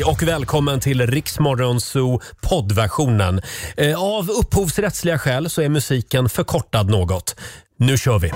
Hej och välkommen till Riksmorgon Zoo poddversionen. Av upphovsrättsliga skäl så är musiken förkortad något. Nu kör vi!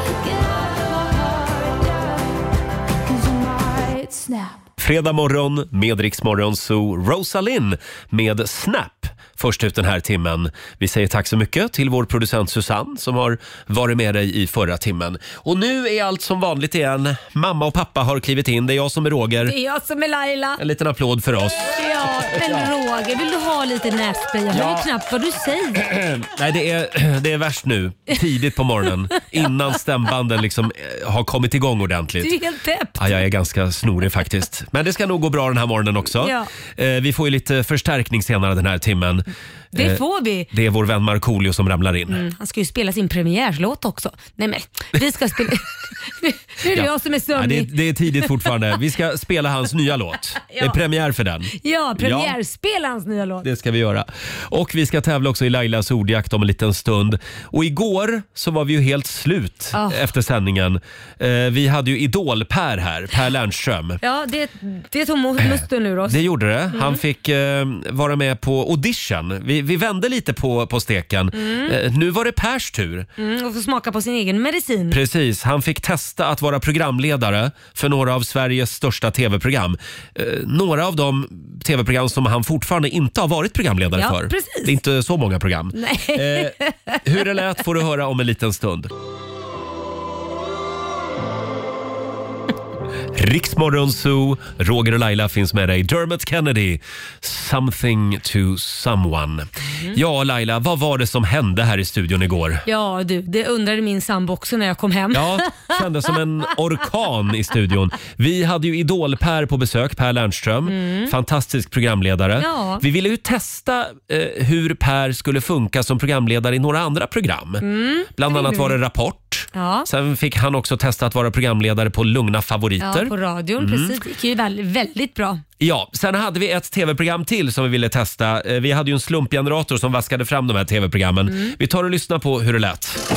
Fredag morgon med Riksmorgon Zoo. Rosalind med Snap. Först ut den här timmen. Vi säger tack så mycket till vår producent Susanne som har varit med dig i förra timmen. Och nu är allt som vanligt igen. Mamma och pappa har klivit in. Det är jag som är Roger. Det är jag som är Laila. En liten applåd för oss. Ja, men Roger, vill du ha lite nässpray? Jag hör ju knappt vad du säger. Nej, det är värst nu. Tidigt på morgonen. Innan stämbanden liksom har kommit igång ordentligt. Du är helt pepp. Ja, jag är ganska snorig faktiskt. Men det ska nog gå bra den här morgonen också. Ja. Vi får ju lite förstärkning senare den här timmen. Det får vi. Det är vår vän Markoolio som ramlar in. Han ska ju spela sin premiärslåt också. Nej men, vi ska spela... Nu är det jag som är sömnig. Ja, det är tidigt fortfarande. Vi ska spela hans nya låt. Det är premiär för den. Ja, premiärspela hans nya låt. Det ska vi göra. Och vi ska tävla också i Lailas ordjakt om en liten stund. Och igår så var vi ju helt slut efter sändningen. Vi hade ju Idol-Per här, Per Lernström. Ja, det tog musten ur oss. Det gjorde det. Han fick vara med på audition. Vi vände lite på steken. Nu var det Pers tur. Och få smaka på sin egen medicin. Precis. Han fick testa att vara programledare för några av Sveriges största tv-program. Några av de tv-program som han fortfarande inte har varit programledare för. Precis. Det är inte så många program. Nej. Hur det lät får du höra om en liten stund. Riksmorgon Zoo, Roger och Laila finns med dig. Dermot Kennedy, Something to Someone. Ja, Laila, vad var det som hände här i studion igår? Ja, det undrade min sambo också när jag kom hem. Ja, kändes som en orkan i studion. Vi hade ju Idol-Per på besök, Per Lernström. Fantastisk programledare. Ja. Vi ville ju testa hur Per skulle funka som programledare i några andra program. Bland annat var det Rapport. Ja. Sen fick han också testa att vara programledare på Lugna favoriter. Ja, på radion, precis. Det gick ju väldigt bra. Ja, sen hade vi ett tv-program till som vi ville testa. Vi hade ju en slumpgenerator som vaskade fram de här tv-programmen. Vi tar och lyssnar på hur det lät.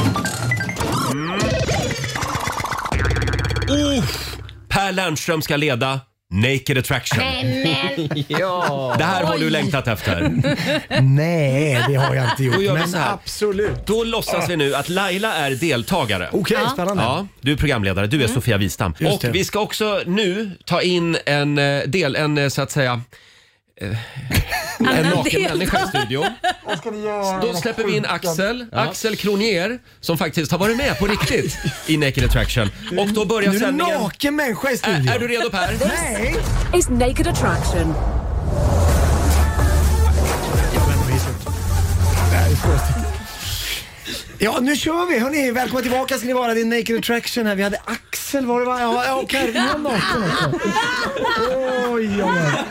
Per Lernström ska leda Naked Attraction. Ja. Det här har du längtat efter. Nej, det har jag inte gjort. Då gör vi Men så här. absolut. Då låtsas vi nu att Laila är deltagare. Okej, spännande. Ja, du är programledare, du är Sofia Wistam. Just Och det. vi ska också nu ta in en så att säga en naken människa i studion. Då släpper vi in Axel Kronier som faktiskt har varit med på riktigt i Naked Attraction. Och då börjar Nu är det en sändningen. naken människa i studion. Är du redo, Per? Nej. Is Naked Attraction. Ja, nu kör vi. Hörrni, välkomna tillbaka ska ni vara. Det är Naked Attraction här. Vi hade Axel, var det va? Ja, och Karin var naken också. Oj.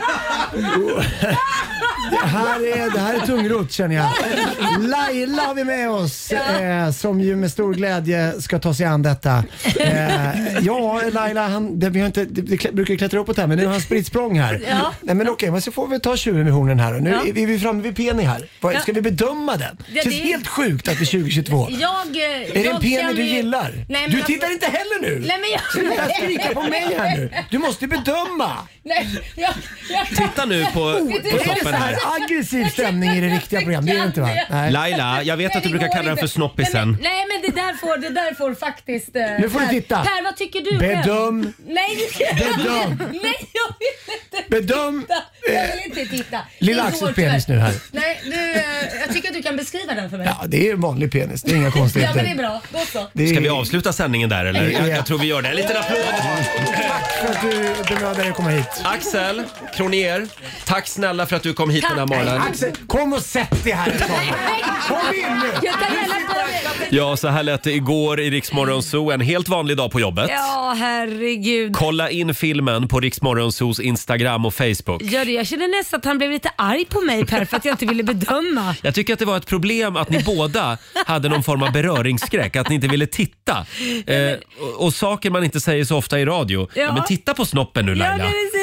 Det här är tungrot känner jag. Laila har vi med oss som ju med stor glädje ska ta sig an detta. Ja, Laila, vi har inte, det brukar klättra uppåt här, men nu har han spritt språng här. Ja. Nej, men okej, men så får vi ta tjuren vid hornen här. Nu är vi framme vid Penny här. Ska vi bedöma den? Det känns helt sjukt att det är 2022. Är det en Penny du gillar? Nej, du tittar inte heller nu. Nej, men jag... Sluta skrika på mig här nu. Du måste bedöma. Nej, Titta nu på Det är snoppen så här. här aggressiv stämning i det riktiga programmet. Det är det inte va? Nej. Laila, jag vet att du brukar kalla den för snoppisen. Nej, men det där får faktiskt... Nu får du titta. Per, vad tycker du? Bedöm. Nej, Bedöm. Nej, jag vill inte Bedöm. titta. Jag vill inte titta. Lilla Det är Axels hårt, penis nu här. Nej, jag tycker att du kan beskriva den för mig. Ja, det är en vanlig penis. Det är inga Ja, konstigheter. men det är bra. Då så. Det är... Ska vi avsluta sändningen där eller? Jag tror vi gör det. En liten applåd. Tack för att du bemödade dig att komma hit. Axel Kronier, tack snälla för att du kom hit den här morgonen. Axel, kom och sätt dig här ett tag. Kom in nu. Jag kan gärna på dig. Ja, så här lät det igår i Riksmorgon Zoo. En helt vanlig dag på jobbet. Ja, herregud. Kolla in filmen på Riksmorgon Zoos Instagram och Facebook. Gör det. Jag känner nästan att han blev lite arg på mig, Per, för att jag inte ville bedöma. Jag tycker att det var ett problem att ni båda hade någon form av beröringsskräck. Att ni inte ville titta. Och saker man inte säger så ofta i radio. Ja. Men titta på snoppen nu, Laila. Ja, det säger man ju inte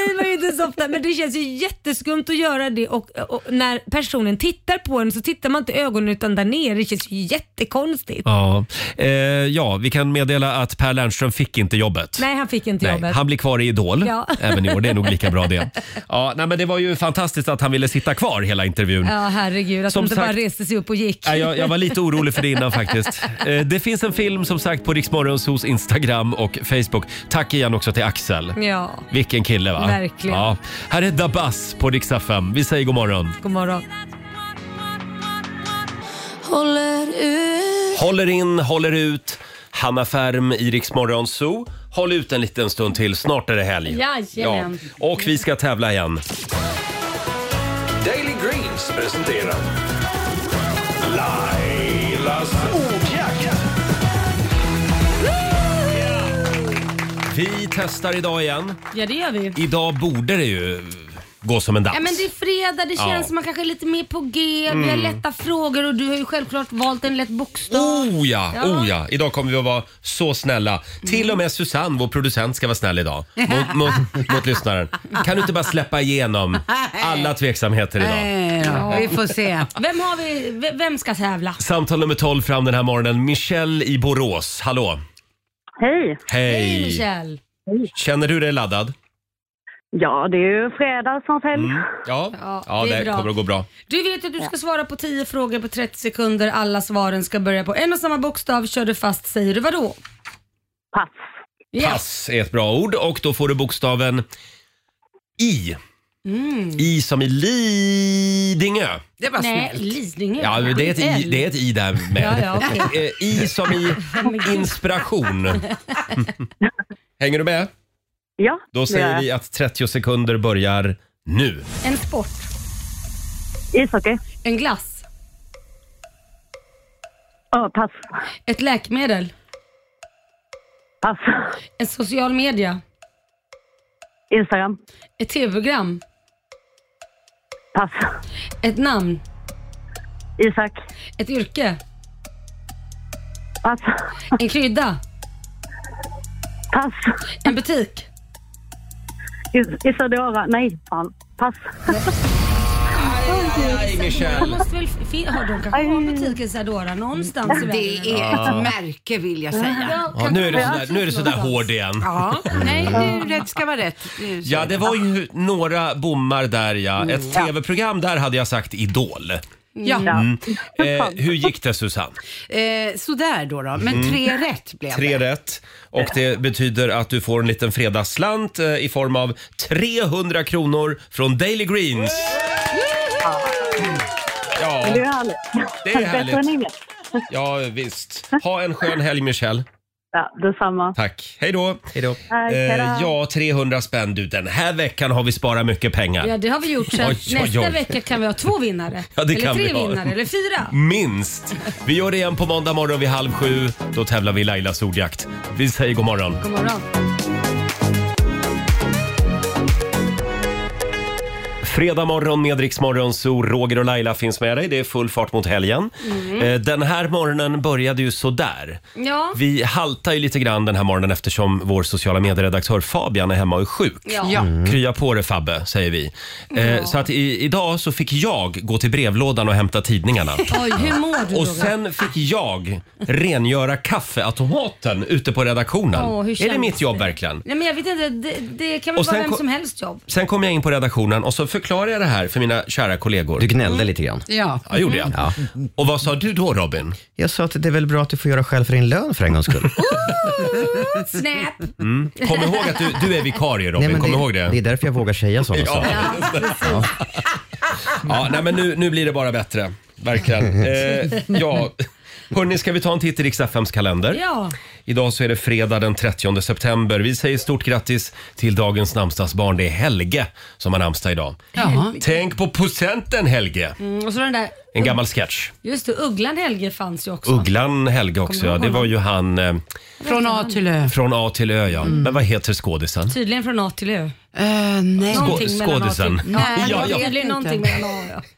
inte så ofta, men det känns ju jätteskumt att göra det och när personen tittar på en så tittar man inte i ögonen utan där nere. Det känns ju jättekonstigt. Ja. Ja, vi kan meddela att Per Lernström fick inte jobbet. Nej, han fick inte jobbet. Han blir kvar i Idol även i år. Det är nog lika bra det. Ja, nej, men det var ju fantastiskt att han ville sitta kvar hela intervjun. Ja, herregud. Att han inte bara reste sig upp och gick. Jag var lite orolig för det innan faktiskt. Det finns en film som sagt på Rix Morgonzoos Instagram och Facebook. Tack igen också till Axel. Ja. Vilken kille va? Verkligen. Ja. Här är Dabas på Rix FM. Vi säger god morgon. God morgon. Håller in, håller ut. Hanna Färm i Rix Morgonzoo. Håll ut en liten stund till. Snart är det helg. Jajamän. Ja. Och vi ska tävla igen. Daily Greens presenterar Lailas ordjakt. Vi testar idag igen. Ja, det gör vi. Idag borde det ju gå som en dans. Ja, men det är fredag, det känns som man kanske är lite mer på G. Vi har lätta frågor och du har ju självklart valt en lätt bokstav. Oh ja. Idag kommer vi att vara så snälla. Till och med Susanne, vår producent, ska vara snäll idag. Mot lyssnaren. Kan du inte bara släppa igenom alla tveksamheter idag? Ja, vi får se. Vem ska tävla? Samtal nummer 12 fram den här morgonen. Michelle i Borås. Hallå. Hej. Hej Michelle. Känner du dig laddad? Ja, det är ju fredag som helg. Ja, det är det bra. kommer att gå bra. Du vet att du ska svara på 10 frågor på 30 sekunder. Alla svaren ska börja på en och samma bokstav. Kör du fast säger du vadå? Pass. Pass är ett bra ord och då får du bokstaven I. I som i Lidingö. Det var Nej, snällt. Lidingö. Ja, det är ett I där med. Ja, okay. I som i inspiration. Hänger du med? Ja. Då säger vi att 30 sekunder börjar nu. En sport. Ishockey. En glass. Pass. Ett läkemedel. Pass. En social media. Instagram. Ett tv-program. Pass. Ett namn. Isak. Ett yrke. Pass. En krydda. Pass. En butik. Isadora. Nej, fan. Pass. Nej, Michelle. Måste väl de kanske har butik i Isadora någonstans i världen. Det är ett märke vill jag säga. Ja, nu är det sådär hård igen. Ja, nej, rätt ska vara rätt. Ja, det var ju några bommar där ja. Ett tv-program där hade jag sagt Idol. Ja. Hur gick det Susanne? Sådär då. Men 3 rätt blev 3 det. rätt. Och det betyder att du får en liten fredagsslant i form av 300 kronor från Daily Greens. Ja, Det är härligt. det är Bättre än härligt. inget. Ja, visst. Ha en skön helg Michelle. Ja, detsamma. Tack. Hej då. Hej då. Ja, 300 spänn du. Den här veckan har vi sparat mycket pengar. Ja, det har vi gjort. Så Oj, oj, nästa oj. vecka kan vi ha 2 vinnare. Ja, det eller kan 3 vi ha. vinnare, eller 4. Minst. Vi gör det igen på måndag morgon vid 6:30. Då tävlar vi i Lailas ordjakt. Vi säger god morgon. God morgon. Fredag morgon med Rix Morgonzoo. Roger och Laila finns med dig. Det är full fart mot helgen. Den här morgonen började ju sådär. Ja. Vi haltar ju lite grann den här morgonen eftersom vår sociala medieredaktör Fabian är hemma och är sjuk. Ja. Krya på det Fabbe, säger vi. Så att idag så fick jag gå till brevlådan och hämta tidningarna. Oj, hur mår du Och Roger? sen fick jag rengöra kaffeautomaten ute på redaktionen. Hur Är det känns mitt jobb det? verkligen? Nej, men jag vet inte, det kan väl Och vara sen vem kom- som helst jobb. Sen kom jag in på redaktionen och så förklarade jag det här för mina kära kollegor. Du gnällde lite grann. Ja. Ja, gjorde jag. Ja. Och vad sa du då Robin? Jag sa att det är väl bra att du får göra själv för din lön för en gångs skull. Snap! Kom ihåg att du är vikarie Robin, men kom ihåg det. Det är därför jag vågar säga sådana Ja. saker. Ja, nej, men nu blir det bara bättre. Verkligen. Ja, hörni, ska vi ta en titt i Rix FMs kalender? Ja. Idag så är det fredag den 30 september. Vi säger stort grattis till dagens namnsdagsbarn. Det är Helge som har namnsdag idag. Ja. Tänk på procenten Helge. Och så den där, En gammal sketch. just det, Ugglan Helge fanns ju också. Ugglan Helge också, Kommer du ja. ihåg Det var honom? ju han Från A till Ö. från A till Ö, ja. Men vad heter skådisen? Tydligen från A till Ö. Nej. Någonting mellan A till- Skådisen. Ja, Ja, ja. tydligen någonting mellan A och Ö.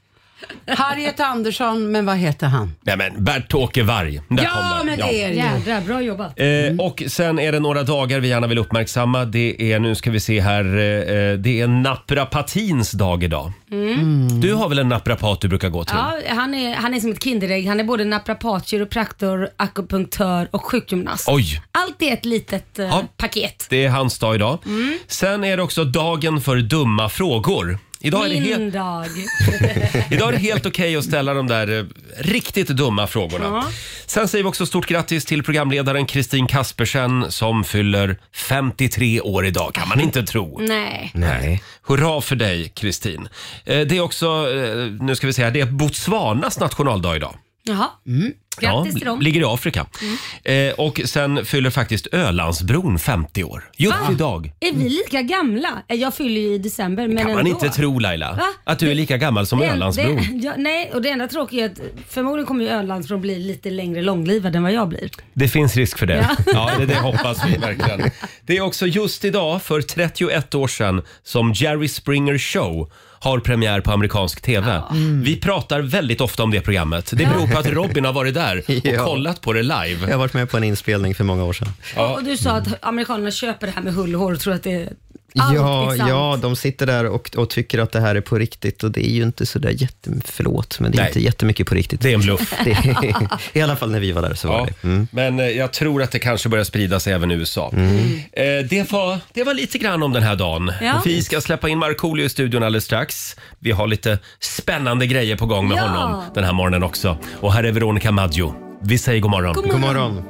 Harriet Andersson, men vad heter han? Nej men Bert-Åke Varg. Där kom Ja, den. men det är det. Jädrar, bra jobbat. Och sen är det några dagar vi gärna vill uppmärksamma. Det är, nu ska vi se här, det är naprapatins dag idag. Du har väl en naprapat du brukar gå till? Ja, han är som ett kinderägg. Han är både naprapat, kiropraktor, akupunktör och sjukgymnast. Oj! Allt är ett litet paket. Det är hans dag idag. Sen är det också dagen för dumma frågor. Idag är, Min dag. idag är det helt okej att ställa de där riktigt dumma frågorna. Ja. Sen säger vi också stort grattis till programledaren Kristin Kaspersen som fyller 53 år idag. Kan man inte tro. Nej. Hurra för dig, Kristin. Det är också, nu ska vi se här, det är Botswanas nationaldag idag. Jaha. Grattis till dem. Ligger i Afrika. Och sen fyller faktiskt Ölandsbron 50 år. Just idag. Är vi lika gamla? Jag fyller ju i december, men Kan man ändå. inte tro, Laila, Va? att du är lika gammal som Ölandsbron. Nej, och det enda tråkiga är att förmodligen kommer ju Ölandsbron bli lite längre långlivad än vad jag blir. Det finns risk för det. Ja. Ja, det hoppas vi verkligen. Det är också just idag, för 31 år sedan, som Jerry Springer Show har premiär på amerikansk TV. Vi pratar väldigt ofta om det programmet. Det beror på att Robin har varit där och kollat på det live. Jag har varit med på en inspelning för många år sedan. Och du sa att amerikanerna köper det här med hull och hår och tror att det är Ja, de sitter där och tycker att det här är på riktigt och det är ju inte så där förlåt, men det är inte jättemycket på riktigt. Det är en bluff. I alla fall när vi var där så var det. Men jag tror att det kanske börjar sprida sig även i USA. Det var lite grann om den här dagen. Ja. Vi ska släppa in Markoolio i studion alldeles strax. Vi har lite spännande grejer på gång med honom den här morgonen också. Och här är Veronica Maggio. Vi säger god morgon. God morgon.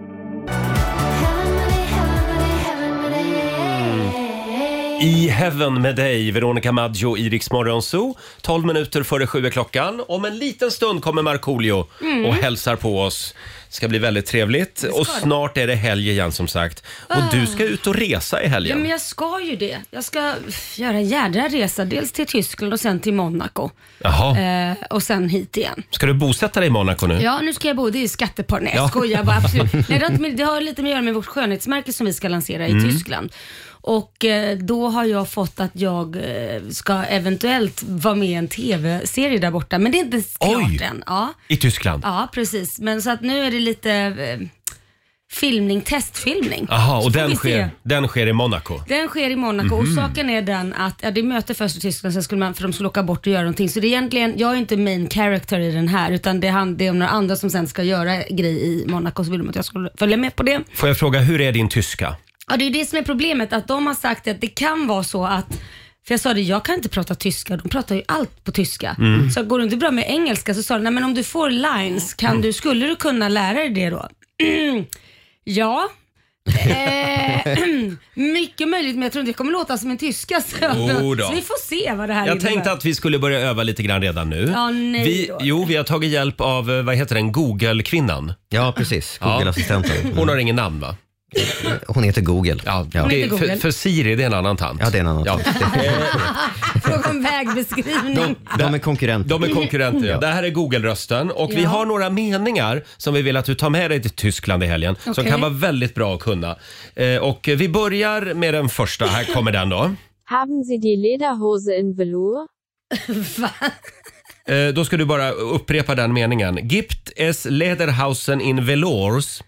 I Heaven med dig, Veronica Maggio i Rix Morgon Zoo. 12 minuter före 7 klockan. Om en liten stund kommer Markoolio och hälsar på oss. Ska bli väldigt trevligt. Och snart är det helg igen som sagt. Och du ska ut och resa i helgen. Ja, men jag ska ju det. Jag ska göra en jädra resa. Dels till Tyskland och sen till Monaco. Jaha. Och sen hit igen. Ska du bosätta dig i Monaco nu? Ja, nu ska jag bo. Det är skattepar. Nej, jag skojar bara. Absolut. Nej, det har lite med att göra med vårt skönhetsmärke som vi ska lansera i Tyskland. Och då har jag fått att jag ska eventuellt vara med i en tv-serie där borta. Men det är inte klart än. Ja. I Tyskland? Ja, precis. Men så att nu är det lite testfilmning. Jaha, och den sker i Monaco? Den sker i Monaco och saken är den att det möter först i Tyskland, sen skulle för de skulle åka bort och göra någonting. Så det är egentligen, jag är inte main character i den här, utan det är om några andra som sen ska göra grej i Monaco, så vill de att jag ska följa med på det. Får jag fråga, hur är din tyska? Ja, det är det som är problemet, att de har sagt att det kan vara så att, för jag sa det, jag kan inte prata tyska, de pratar ju allt på tyska. Så går det inte bra med engelska så sa de, nej men om du får lines, skulle du kunna lära dig det då? Ja. Mycket möjligt, men jag tror inte det kommer låta som en tyska. Så vi får se vad det här Jag tänkte att vi skulle börja öva lite grann redan nu. Ja, nej vi har tagit hjälp av, vad heter den, Google-kvinnan. Ja, precis. Google-assistenten. Hon har ingen namn, va? Hon heter Google. För Siri, det är en annan tant. Ja, det är en annan tant. Fråga om vägbeskrivning. De är konkurrenter. Ja. Det här är Google-rösten och vi har några meningar som vi vill att du tar med dig till Tyskland i helgen som kan vara väldigt bra att kunna. Och vi börjar med den första. Här kommer den då. Haben Sie die Lederhose in velour? Då ska du bara upprepa den meningen. Gibt es Lederhausen in velours?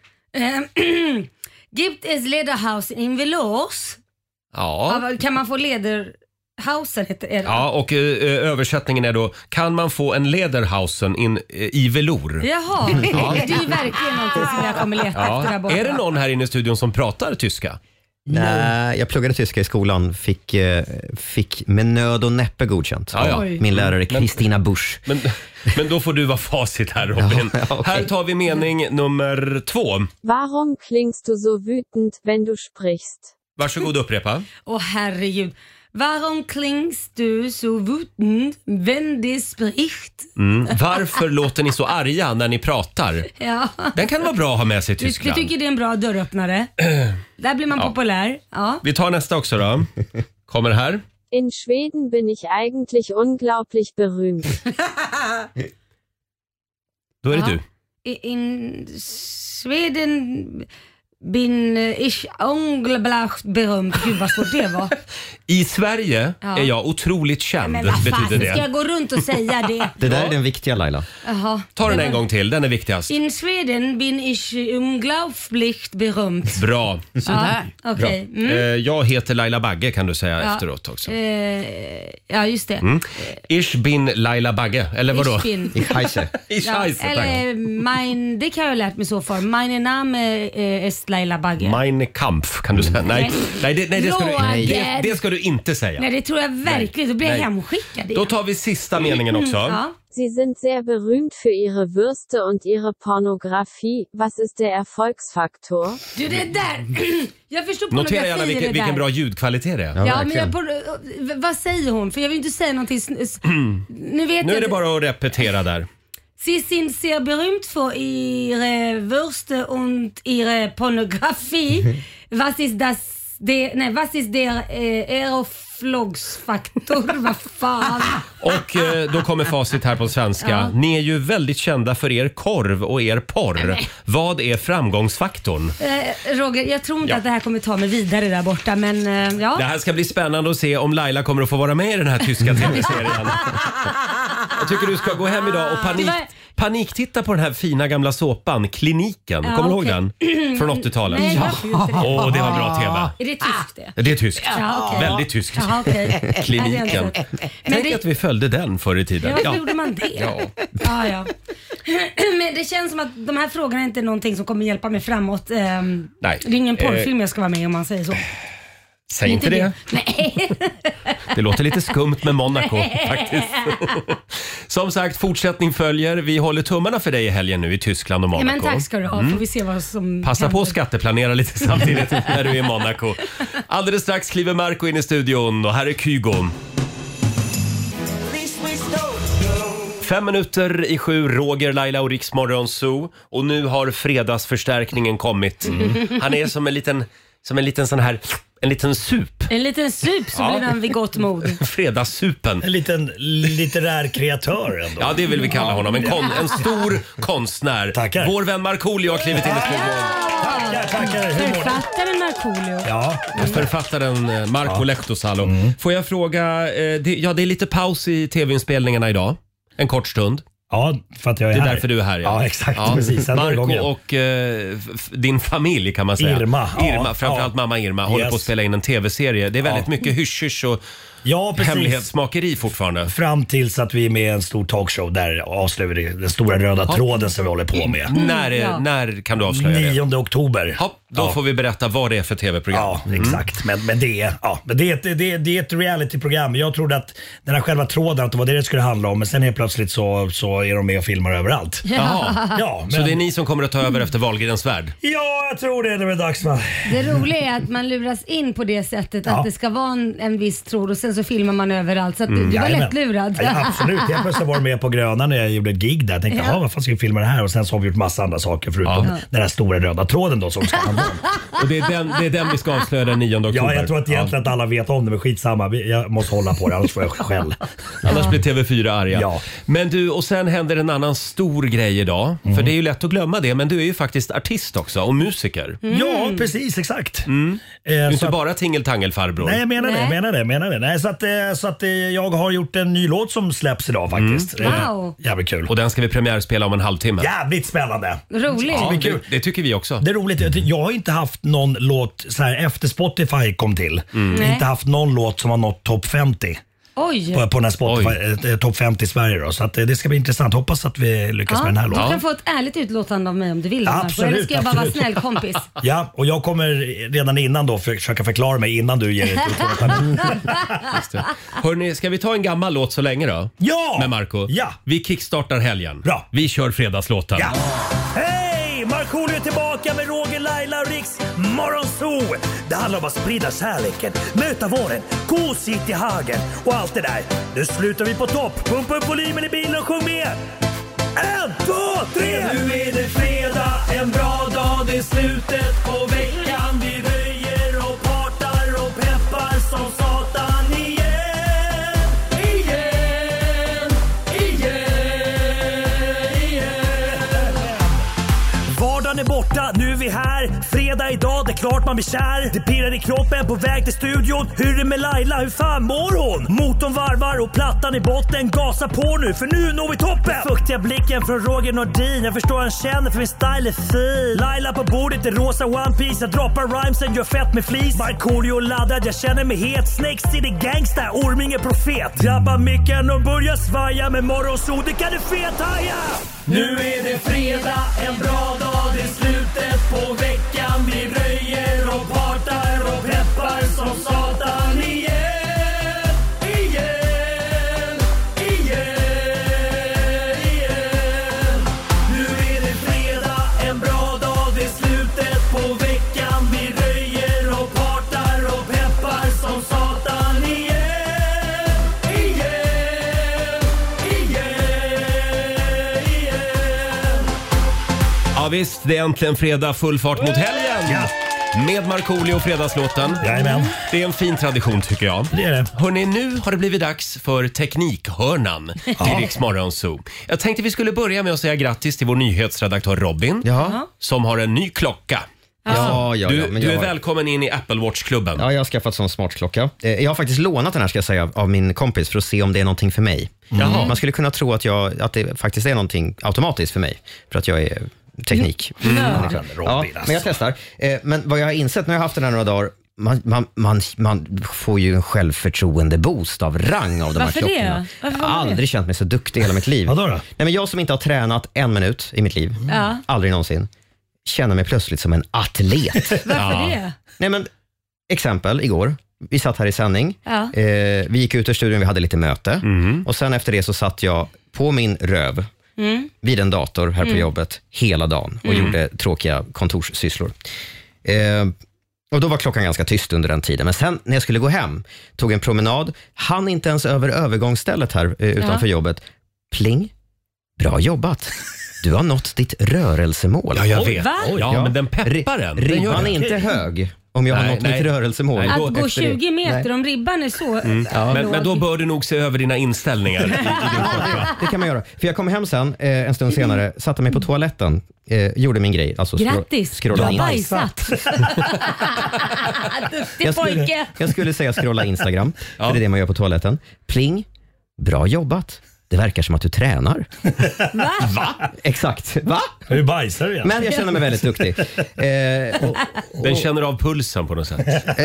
Gibt es Lederhausen in velours? Ja. Kan man få Lederhausen heter det? Ja, och översättningen är då, kan man få en Lederhausen i velour? Jaha, det är ju verkligen någonting som jag kommer leta efter där borta. Är det någon här inne i studion som pratar tyska? Nej, jag pluggade tyska i skolan, fick med nöd och näppe godkänt. Ja. Min lärare Kristina Busch. Men då får du vara facit här, Robin. Okay. Här tar vi mening nummer 2. Warum klingst du so wütend, wenn du sprichst? Varsågod upprepa. Herregud. Warum klingst du så wütend, wenn du sprichst? Varför låter ni så arga när ni pratar? Ja. Den kan vara bra att ha med sig i Tyskland. Du tycker det är en bra dörröppnare. Där blir man populär. Ja. Vi tar nästa också då. Kommer här. In Schweden bin ich eigentlich unglaublich berühmt. Då är det du. In Sweden bin ich unglaublich berömd. Gud vad svårt det var. I Sverige är jag otroligt känd, Men vad fan, betyder det. ska jag gå runt och säga det? Det där är den viktiga, Laila. Jaha. Ta den en gång till, den är viktigast. In Sweden bin ich unglaublich berömd. Bra. Sådär. Okej. Jag heter Laila Bagge kan du säga efteråt också. Ja, just det. Ich bin Laila Bagge, eller vadå? Ich bin. Ich heiße. Ich Ja, heiße, tack. eller det kan jag ha lärt mig så för. Meine Name ist Laila Bagge. Mein Kampf kan du säga. Nej, det ska du inte säga. Nej, det tror jag verkligen. Då blir jag hemskickad. Då tar vi sista meningen också. Ja. Sie sind sehr berühmt für ihre Würste und ihre Pornografie. Was ist der Erfolgsfaktor? Du, det där. Jag förstår Notera gärna pornografi i det vilken där. bra ljudkvalitet det är. Ja, men vad säger hon? För jag vill inte säga någonting. Nu är det bara att repetera där. Sie sind sehr berühmt för ihre Würste und ihre Pornografie. Was ist das? Was ist der Erfolgsfaktor? Vad fan? Och då kommer facit här på svenska. Ja. Ni är ju väldigt kända för er korv och er porr. Vad är framgångsfaktorn? Roger, jag tror inte att det här kommer ta mig vidare där borta, men ja. Det här ska bli spännande att se om Laila kommer att få vara med i den här tyska tv-serien. Jag tycker du ska gå hem idag och paniktitta på den här fina gamla såpan, Kliniken. Kommer du ihåg den? Från 80-talet. Nej, Åh, det var bra tv. Är det tyskt det? Det är tyskt. Ja, okay. Väldigt tyskt. Ja, okay. Kliniken. Tänk att vi följde den förr i tiden. Ja, varför gjorde man det? Ja. Men det känns som att de här frågorna är inte någonting som kommer hjälpa mig framåt. Nej. Det är ingen porrfilm jag ska vara med om man säger så. Säg inte det. Nej. Det låter lite skumt med Monaco faktiskt. Som sagt, fortsättning följer. Vi håller tummarna för dig i helgen nu i Tyskland och Monaco. Ja, men tack ska du ha. Får vi se vad som Passa händer. på att skatteplanera lite samtidigt när du är i Monaco. Alldeles strax kliver Marco in i studion och här är Kygo. 6:05, Roger, Laila och Rix Morgon Zoo. Och nu har fredagsförstärkningen kommit. Han är som en liten sån här... En liten sup. En liten sup så blir den vid gott mod. Fredagssupen. En liten litterär kreatör ändå. Ja, det vill vi kalla honom. En stor konstnär. Tackar. Vår vän Markoolio har klivit in i studion. Tackar. Författaren Markoolio. Ja. Författaren Marco Lehtosalo. Får jag fråga, det är lite paus i tv-inspelningarna idag. En kort stund. Ja, för att jag är här. Det är därför du är här. Ja, exakt. Precis. Marco och din familj kan man säga. Irma, framförallt mamma Irma håller på att spela in en tv-serie. Det är väldigt mycket hysch och hemlighetsmakeri fortfarande. Fram tills att vi är med i en stor talkshow där avslöjar vi den stora röda tråden som vi håller på med. När kan du avslöja det? 9 oktober. Då får vi berätta vad det är för tv-program. Ja, exakt. Men det är ett reality-program. Jag trodde att den här själva tråden, att det var det skulle handla om. Men sen helt plötsligt så är de med och filmar överallt. Ja, så det är ni som kommer att ta över efter Wahlgrens värld? Ja, jag tror det. Det är dags va. Det roliga är att man luras in på det sättet att det ska vara en viss tråd och sen så filmar man överallt. Så att du var lätt lurad. Ja, absolut. Jag plötsligt var med på Gröna när jag gjorde ett gig där. Jag tänkte, vad fan ska vi filma det här? Och sen så har vi gjort massa andra saker förutom den här stora röda tråden då som ska handla om. Och det är den vi ska avslöja den 9 oktober. Ja, jag tror att egentligen att alla vet om det, men skitsamma. Jag måste hålla på det, annars får jag skäll. Annars blir TV4 arga. Ja. Men du, och sen händer en annan stor grej idag. För det är ju lätt att glömma det, men du är ju faktiskt artist också och musiker. Ja, precis, exakt. Du är inte bara tingeltangelfarbror. Nej, jag menar det. Nej, så att jag har gjort en ny låt som släpps idag faktiskt. Wow. Jävligt kul. Och den ska vi premiärspela om en halvtimme. Jävligt spännande. Roligt. Ja, det tycker vi också. Det är roligt. Jag har inte haft någon låt så här efter Spotify kom till. Inte haft någon låt som har nått topp 50. Oj. På den här Spotify, topp 50 i Sverige då. Så att det ska bli intressant. Hoppas att vi lyckas med den här låten. Du kan få ett ärligt utlåtande av mig om du vill. Absolut, eller ska jag bara vara snäll kompis? Ja, och jag kommer redan innan då försöka förklara mig innan du ger ett utlåtande. Hörrni, ska vi ta en gammal låt så länge då? Ja! Med Marco. Ja. Vi kickstartar helgen. Bra. Vi kör fredagslåten. Ja. Hej! Markoolio är tillbaka med Roger, Laila och Rix Morgonzoo. Det handlar om att sprida kärleken, möta våren, gosigt i hagen och allt det där. Nu slutar vi på topp. Pumpa upp volymen i bilen och sjung med. 1, 2, 3! Nu är det fredag, en bra dag, det är slutet på veckan. Vi röjer och partar och peppar som satan igen. Vardagen är borta, nu är vi här. Fredag idag, det är klart man blir kär. Det pirrar i kroppen på väg till studion. Hur är det med Laila, hur fan mår hon? Motorn varvar och plattan i botten. Gasa på nu, för nu når vi toppen. Fuktiga blicken från Roger Nordin. Jag förstår han känner, för min style är fin. Laila på bordet i rosa One Piece. Jag droppar rhymesen, gör fett med flis. Markoolio laddad, jag känner mig het. Snake City gangsta, Orminge profet. Drabbar micken och börjar svaja. Med morgonsol, det kan du fethaja. Nu är det fredag, en bra dag. Det är slutet på veckan. Vi röjer och partar och peppar som satan igen. Nu är det fredag, en bra dag. Det är slutet på veckan. Vi röjer och partar och peppar som satan igen. Ja visst, det är äntligen fredag, full fart mot helgen. Ja. Med Markoolio och fredagslåten. Jajamän. Det är en fin tradition tycker jag. Det är det. Hörrni, nu har det blivit dags för Teknikhörnan i Rix Morgon Zoo. Jag tänkte vi skulle börja med att säga grattis till vår nyhetsredaktör Robin. Som har en ny klocka. Du är välkommen in i Apple Watch-klubben. Ja, jag har skaffat sån smart klocka. Jag har faktiskt lånat den här, ska jag säga, av min kompis för att se om det är någonting för mig. Man skulle kunna tro att det faktiskt är någonting automatiskt för mig, för att jag är teknik. Ja, men jag testar. Men vad jag har insett när jag har haft den här några dagar, man får ju en självförtroende-boost av rang av de här klockorna. Jag har aldrig känt mig så duktig i hela mitt liv. Vadå då? Nej, men jag som inte har tränat 1 minut i mitt liv, aldrig någonsin, känner mig plötsligt som en atlet. Varför det? Nej, men exempel igår. Vi satt här i sändning. Vi gick ut ur studion, vi hade lite möte. Och sen efter det så satt jag på min röv vid en dator här på jobbet hela dagen och gjorde tråkiga kontorssysslor. Och då var klockan ganska tyst under den tiden. Men sen när jag skulle gå hem, tog en promenad, hann inte ens över övergångsstället här utanför jobbet. Pling, bra jobbat. Du har nått ditt rörelsemål. Ja, jag vet. Va? Men den peppar den. Ribban är inte hög om jag har nått mitt rörelsemål. Att gå 20 meter om ribban är så... Men då bör du nog se över dina inställningar i din klocka. Det kan man göra. För jag kom hem sen, en stund senare, satte mig på toaletten, gjorde min grej. Alltså grattis, du har bajsat. Duktig pojke. Jag skulle säga scrolla Instagram, för det är det man gör på toaletten. Pling, bra jobbat. Det verkar som att du tränar. Va? Exakt. Va? Hur bajsar du igen? Men jag känner mig väldigt duktig. Den känner av pulsen på något sätt.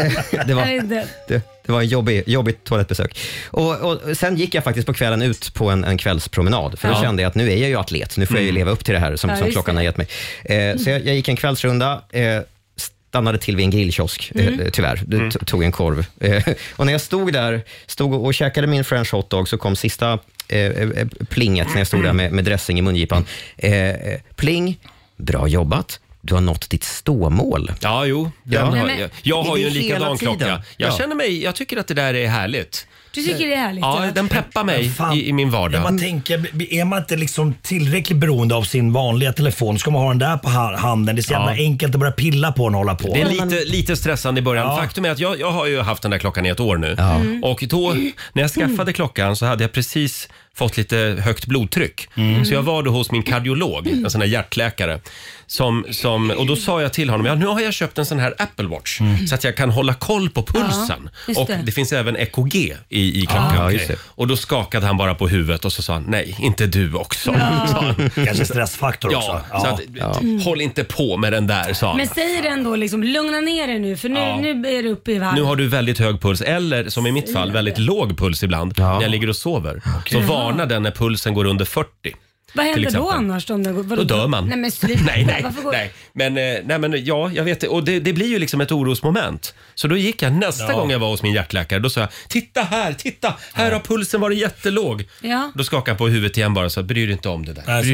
Det var en jobbig toalettbesök. Och sen gick jag faktiskt på kvällen ut på en kvällspromenad. För då kände jag att nu är jag ju atlet. Nu får jag ju leva upp till det här som klockan har gett mig. Så jag gick en kvällsrunda. Stannade till vid en grillkiosk, tyvärr. Tog en korv. Och när jag stod och käkade min French hotdog, så kom sista plinget när jag stod där med dressing i mungipan. Pling, bra jobbat. Du har nått ditt ståmål. Ja, jo. Jag har ju en likadan klocka. Jag tycker att det där är härligt. Du tycker det är härligt? Ja, den peppar mig i min vardag. Man tänker, är man inte liksom tillräckligt beroende av sin vanliga telefon, ska man ha den där på handen. Det är så jävla enkelt att börja pilla på och hålla på. Det är lite stressande i början. Faktum är att jag har ju haft den där klockan i ett år nu. Och då, när jag skaffade klockan, så hade jag precis fått lite högt blodtryck. Så jag var då hos min kardiolog, en sån här hjärtläkare. Och då sa jag till honom, nu har jag köpt en sån här Apple Watch så att jag kan hålla koll på pulsen. Och det finns även EKG i klockan. Och då skakade han bara på huvudet och så sa han, nej, inte du också. Kanske stressfaktor också. Så att, håll inte på med den där, sa han. Men säg den då, liksom, lugna ner dig nu, för nu är du uppe i varv. Nu har du väldigt hög puls, eller som i mitt fall, väldigt låg puls ibland när jag ligger och sover. Så varna den när pulsen går under 40. Vad händer då annars? Då dör man. Nej men sluta. Nej men jag vet det. Och det blir ju liksom ett orosmoment. Så då gick jag nästa gång jag var hos min hjärtläkare. Då sa jag, titta här har pulsen varit jättelåg. Då skakade han på huvudet igen bara, så bryr inte om det där. Jag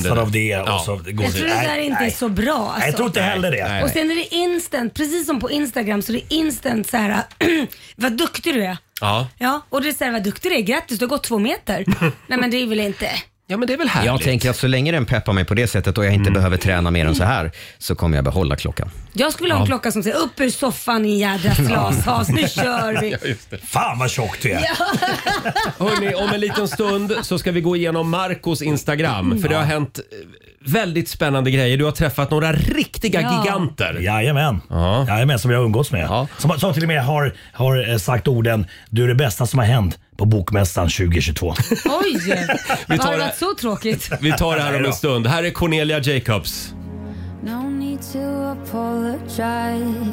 tror det där inte är så bra. Alltså. Jag tror inte heller det. Och sen är det instant, precis som på Instagram, så det är instant så här, vad duktig du är. Ja, och det är så här, vad duktig du är, grattis, du har gått 2 meter. Nej men det är väl inte... Ja, men det är väl härligt. Jag tänker att så länge den peppar mig på det sättet och jag inte behöver träna mer än så här, så kommer jag behålla klockan. Jag skulle ha en klocka som säger upp ur soffan i jädra glashas, nu kör vi. Fan vad tjock du är. Hörrni, om en liten stund så ska vi gå igenom Marcos Instagram. För det har hänt väldigt spännande grejer. Du har träffat några riktiga giganter. Jajamän. Jajamän, som jag har umgåtts med. Ja. Som till och med har sagt orden: du är det bästa som har hänt på Bokmässan 2022. Oj, har det varit så tråkigt? Vi tar det här om en stund. Här är Cornelia Jacobs. No need to apologize.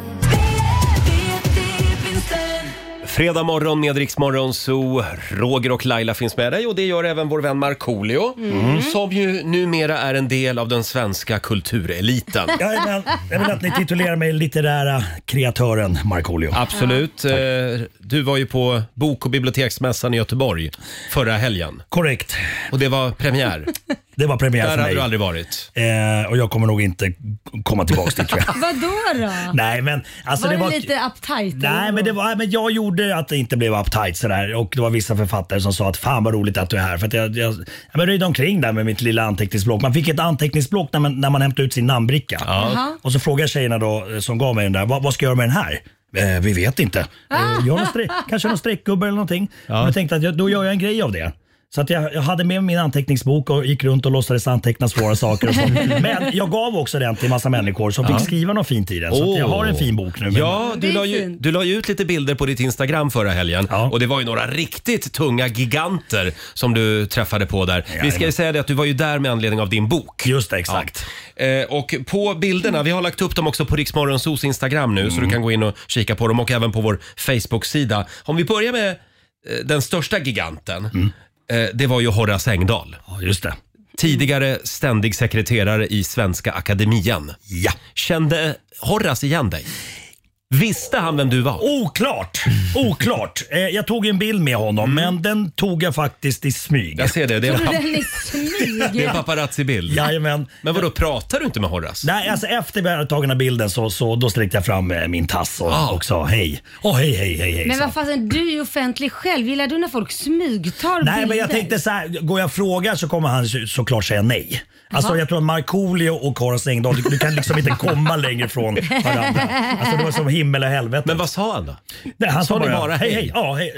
Fredag morgon med Rix Morgon Zoo. Roger och Laila finns med dig och det gör även vår vän Markoolio som ju numera är en del av den svenska kultureliten. Jag vill att ni titulerar mig litterära kreatören Markoolio. Absolut. Du var ju på Bok- och biblioteksmässan i Göteborg förra helgen. Korrekt. Och det var premiär. Det var premiär för mig. Där har du aldrig varit. Och jag kommer nog inte komma tillbaka dit, tror jag. Vadå då? Nej, men alltså var det lite uptight? Nej, men jag gjorde att det inte blev uptight sådär. Och det var vissa författare som sa att fan vad roligt att du är här. För att jag röjde omkring där med mitt lilla anteckningsblock. Man fick ett anteckningsblock när man hämtade ut sin namnbricka. Och så frågade tjejerna då som gav mig den där, vad ska jag göra med den här? Vi vet inte. Kanske någon streckgubbe eller någonting. Men jag tänkte att då gör jag en grej av det. Så att jag hade med min anteckningsbok och gick runt och låtsades anteckna svåra saker och sånt. Men jag gav också den till en massa människor som fick skriva något fint i den. Så att jag har en fin bok nu. Ja, du la ju ut lite bilder på ditt Instagram förra helgen. Och det var ju några riktigt tunga giganter som du träffade på där. Vi ska ju säga det att du var ju där med anledning av din bok. Just det, exakt. Och på bilderna, vi har lagt upp dem också på Rix Morgon Zoos Instagram nu. Så du kan gå in och kika på dem och även på vår Facebook-sida. Om vi börjar med den största giganten. Det var ju Horace Engdahl. Ja, just det. Tidigare ständig sekreterare i Svenska Akademien. Ja. Kände Horace igen dig? Visste han vem du var? Oklart. Jag tog en bild med honom, men den tog jag faktiskt i smyg. Jag ser det. Det är en paparazzi-bild. Jajamän. Men vadå, pratar du inte med Horace? Nej, alltså efter vi hade tagit den bilden så då sträckte jag fram min tass och sa hej. Hej. Men vad fan, du är ju offentlig själv. Gillar du när folk smygtar bilder? Nej, men jag tänkte så här, går jag och frågar så kommer han såklart säga nej. Alltså jag tror att Markoolio och Horace Engdahl, du kan liksom inte komma längre från varandra. Alltså det var som himmel och helvete. Men vad sa han då? Nej, han sa bara hej.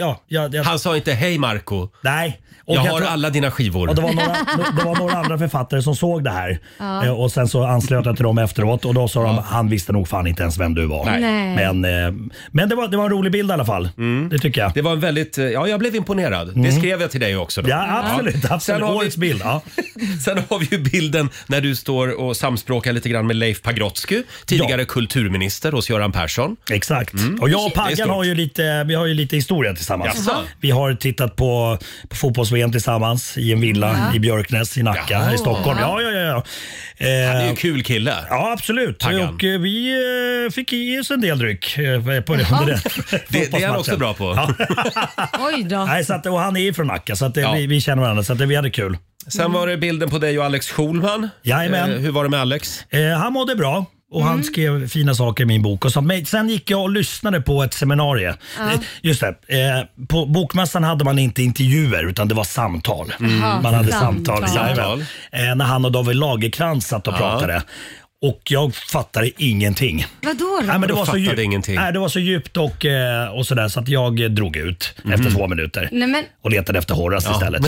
Han sa inte hej Marco. Nej. Och jag har alla dina skivor. Och det var några andra författare som såg det här. Och sen så anslöt jag till dem efteråt och då sa de, han visste nog fan inte ens vem du var. Nej. Men det var en rolig bild i alla fall. Det tycker jag. Det var en väldigt, jag blev imponerad. Det skrev jag till dig också då. Ja, absolut. Årets bild. Ja. Sen har vi ju bilden när du står och samspråkar lite grann med Leif Pagrotsky, tidigare kulturminister hos Göran Persson. Exakt. Och jag och Paggan har ju lite historia tillsammans. Jaså? Vi har tittat på fotbolls-VM tillsammans i en villa i Björknäs i Nacka här i Stockholm. Ja. Han är ju en kul kille. Ja, absolut. Paggan. Och vi fick i oss en del dryck på det. Det är han också bra på. Ja. Oj då. Nej, och han är ju från Nacka så att vi känner varandra så att vi hade kul. Sen var det bilden på dig och Alex Schulman. Jajamän. Hur var det med Alex? Han mådde bra. Och han skrev fina saker i min bok. Och sen gick jag och lyssnade på ett seminarium. Just det, på Bokmässan hade man inte intervjuer utan det var samtal. Man hade samtal. När han och David Lagercrantz satt och pratade. Och jag fattade ingenting. Vadå då? Nej, men det var så djupt. Ingenting. Nej, det var så djupt och sådär så att jag drog ut efter 2 minuter. Och letade efter Horace istället.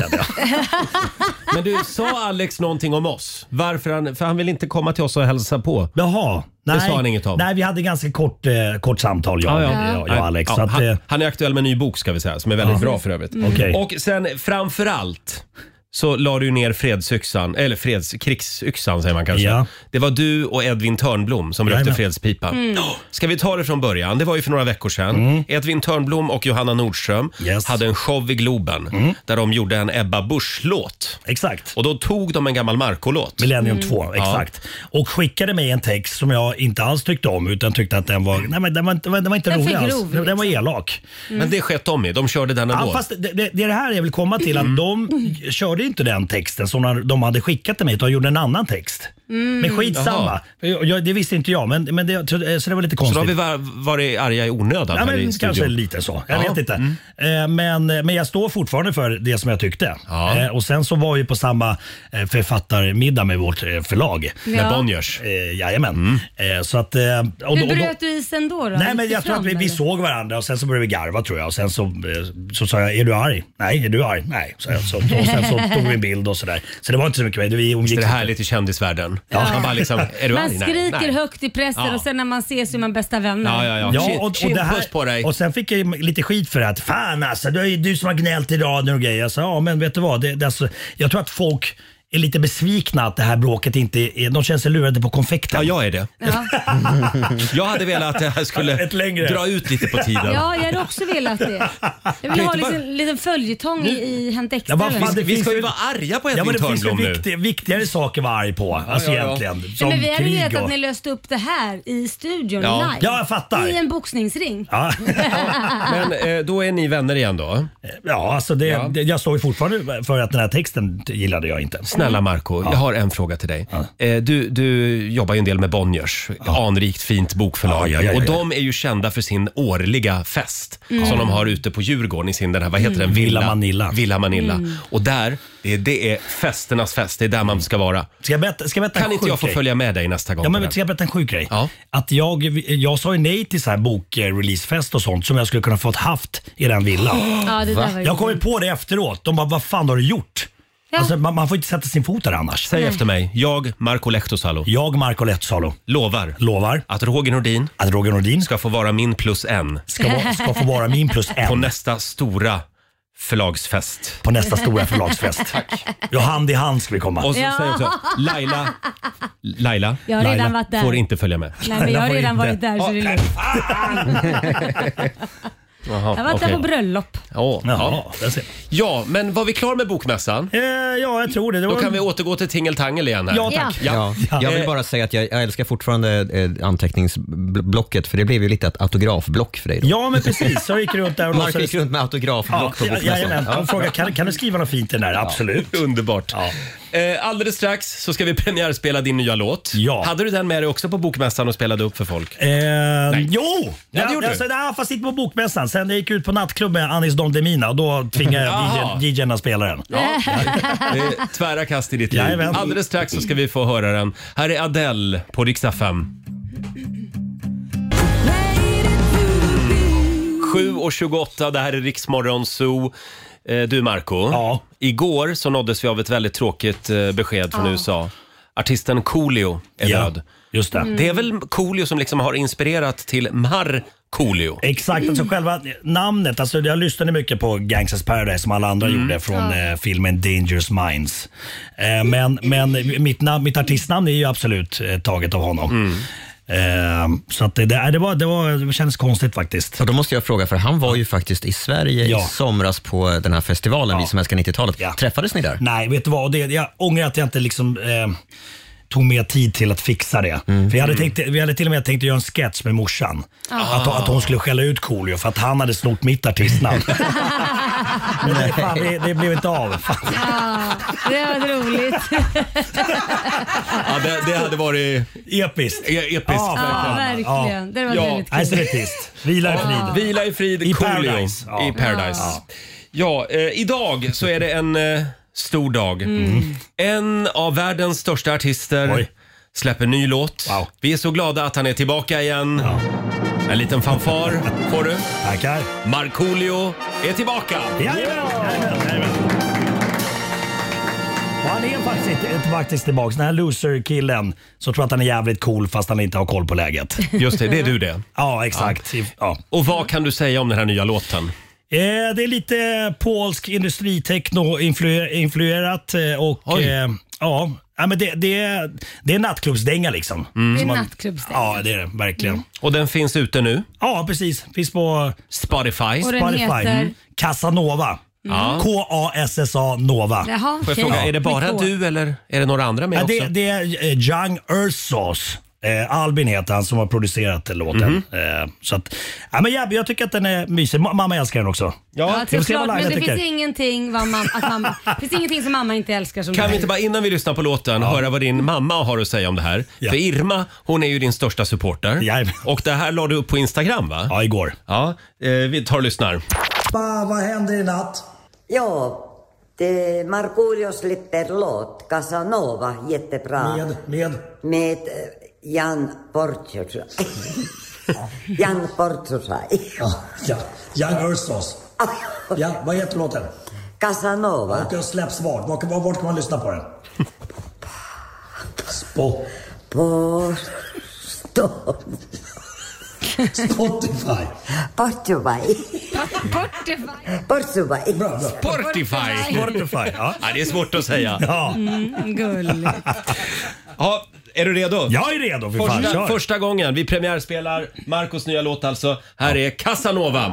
Men du, sa Alex någonting om oss? Varför för han vill inte komma till oss och hälsa på. Jaha. Det sa han inget om. Nej, vi hade ganska kort samtal jag och Alex. Så att, han är aktuell med en ny bok ska vi säga, som är väldigt bra för övrigt. Okay. Och sen framförallt så la du ner fredsyxan, eller krigsyxan säger man kanske. Ja. Det var du och Edvin Törnblom som rökte fredspipan. Ska vi ta det från början? Det var ju för några veckor sedan. Edvin Törnblom och Johanna Nordström hade en show i Globen där de gjorde en Ebba Busch-låt. Exakt. Och då tog de en gammal Marco-låt. Millennium 2, exakt. Och skickade mig en text som jag inte alls tyckte om utan tyckte att den var, den var inte rolig alls. Den var elak. Men det skett om de körde den ändå. Ja, fast det här jag vill komma till att de körde inte den texten som de hade skickat till mig utan gjorde en annan text. Men skitsamma. Det visste inte jag, men så det var lite konstigt. Så då har vi varit arga i onödan här i studion. Kanske lite så. Jag vet inte. Men jag står fortfarande för det som jag tyckte. Och sen så var vi på samma författarmiddag med vårt förlag. Med Bonniers. Jajamän. Så att, hur bröt du isen då? Nej, men jag tror att vi såg varandra och sen så började vi garva, tror jag. Och sen så sa jag, är du arg? Nej, är du arg? Nej. Och sen så tog vi en bild och sådär. Så det var inte så mycket. Vi umgicks. Det är härligt i kändisvärlden. Man bara liksom, är du arg? Man skriker högt i pressen och sen när man ses är man bästa vänner. Och det här, på dig. Och sen fick jag lite skit för det här. Fan alltså, det är du som har gnällt i radion och grejer. Jag sa, men vet du vad? Alltså, jag tror att folk är lite besvikna att det här bråket inte är... De känner sig lurade på konfekten. Ja, jag är det. Ja. Jag hade velat att det här skulle dra ut lite på tiden. Ja, jag hade också velat det. Jag vill ha en liten följetong i Hänt Extra. Vi ska ju vara arga på Hedvig Törnblom nu. Det finns viktigare saker att vara arg på. Alltså egentligen. Men vi hade velat att ni löste upp det här i studion live. Ja, jag fattar. I en boxningsring. Ja. Men då är ni vänner igen då? Ja, alltså jag står ju fortfarande för att den här texten gillade jag inte. Snälla Marco, jag har en fråga till dig. Du jobbar ju en del med Bonniers, anrikt fint bokförlag. Och de är ju kända för sin årliga fest som de har ute på Djurgården i sin, vad heter den? Villa Manilla. Och där, det är festernas fest, det är där man ska vara. Ska jag berätta kan inte jag få följa med dig nästa gång? Ja, men ska jag berätta en sjuk grej? Ja. Att jag sa ju nej till så här bokreleasefest och sånt som jag skulle kunna fått haft i den villan. Jag kom ju på det efteråt. De bara, vad fan har du gjort? Ja. Alltså, man får inte sätta sin fot där annars. Säg efter mig. Jag, Marco Lehtosalo. Lovar. Att Roger Nordin ska få vara min plus en. Ska få vara min plus en. På nästa stora förlagsfest. Tack. Ja, hand i hand ska vi komma. Och så säger också Laila jag har redan varit där. Får inte följa med. Nej, men jag har redan varit där så det är lugnt. Aha, jag var där på bröllop. Ja, men var vi klar med bokmässan? Ja, jag tror det. Då kan vi återgå till tingeltangel igen här. Ja, tack. Ja. Jag vill bara säga att jag älskar fortfarande anteckningsblocket, för det blev ju lite ett autografblock för dig då. Ja, men precis. Så gick runt där och Mark gick runt med autografblock på bokmässan. Och frågade, kan du skriva något fint i den där? Absolut. Underbart. Ja. Alldeles strax så ska vi premiärspela din nya låt. Ja. Hade du den med dig också på bokmässan och spelade upp för folk? Jo! Fast inte på bokmässan. Sen jag gick ut på nattklubb med Anis Don Demina och då tvingade jag DJ:n att spela den. Det är tvära kast i ditt liv. Alldeles strax så ska vi få höra den. Här är Adele på Rix FM. 7:28, det här är Rix Morgon Zoo. Du Marco, igår så nåddes vi av ett väldigt tråkigt besked från USA. Artisten Coolio är död. Just det. Det är väl Coolio som liksom har inspirerat till Markoolio. Exakt, alltså själva namnet. Alltså jag lyssnade mycket på Gangsters Paradise som alla andra gjorde från filmen Dangerous Minds. Men mitt artistnamn är ju absolut taget av honom. Så att det kändes konstigt faktiskt. Så då måste jag fråga, för han var ju faktiskt i Sverige i somras på den här festivalen, Vi som älskar 90-talet. Träffades ni där? Nej, vet du vad? Jag ångrar att jag inte liksom tog mer tid till att fixa det. För vi hade till och med tänkt att göra en sketch med morsan. Att hon skulle skälla ut Coolio för att han hade snott mitt artistnamn. Men det blev inte av. Det var roligt. Det hade varit episkt. Verkligen. Det var väldigt kul. Det är trist. Vila i frid. I Paradise. I Paradise. Ja, idag så är det en stor dag. En av världens största artister släpper ny låt. Vi är så glada att han är tillbaka igen. En liten fanfar får du. Tackar. Markoolio är tillbaka. Jajamän. Han är faktiskt tillbaka. Den här loser-killen så tror att han är jävligt cool fast han inte har koll på läget. Just det är du det. Ja, exakt. Ja. Och vad kan du säga om den här nya låten? Det är lite polsk industritechno-influerat och men det är nattklubbsdänga liksom. Det är nattklubbsdänga. Ja, det är det verkligen. Och den finns ute nu? Ja, precis. Finns på Spotify. Och den heter? Casanova. K-A-S-S-A Nova. Jaha, får jag fråga, är det bara du eller är det några andra med också? Det är Young Ursos. Albin heter han som har producerat låten. Så att, ja, men jag tycker att den är mysig. Mamma älskar den också. Ja, såklart, men det finns ingenting, finns ingenting som mamma inte älskar som Kan vi inte bara innan vi lyssnar på låten höra vad din mamma har att säga om det här? För Irma, hon är ju din största supporter. Och det här la du upp på Instagram, va? Ja, igår. Ja, vi tar och lyssnar. Vad händer i natt? Ja, Markoolio släpper låt Casanova, jättebra. Med Jan Portsosai. Jan Portsosai. Ja, Jan Örsås. Ja, vad heter låten? Casanova. Och släpps vart kan man lyssna på den? Spotify. Ja, det är svårt att säga. Ja. Gulligt. Ja, är du redo? Jag är redo. Första gången vi premiärspelar Marcos nya låt alltså. Här är Casanova.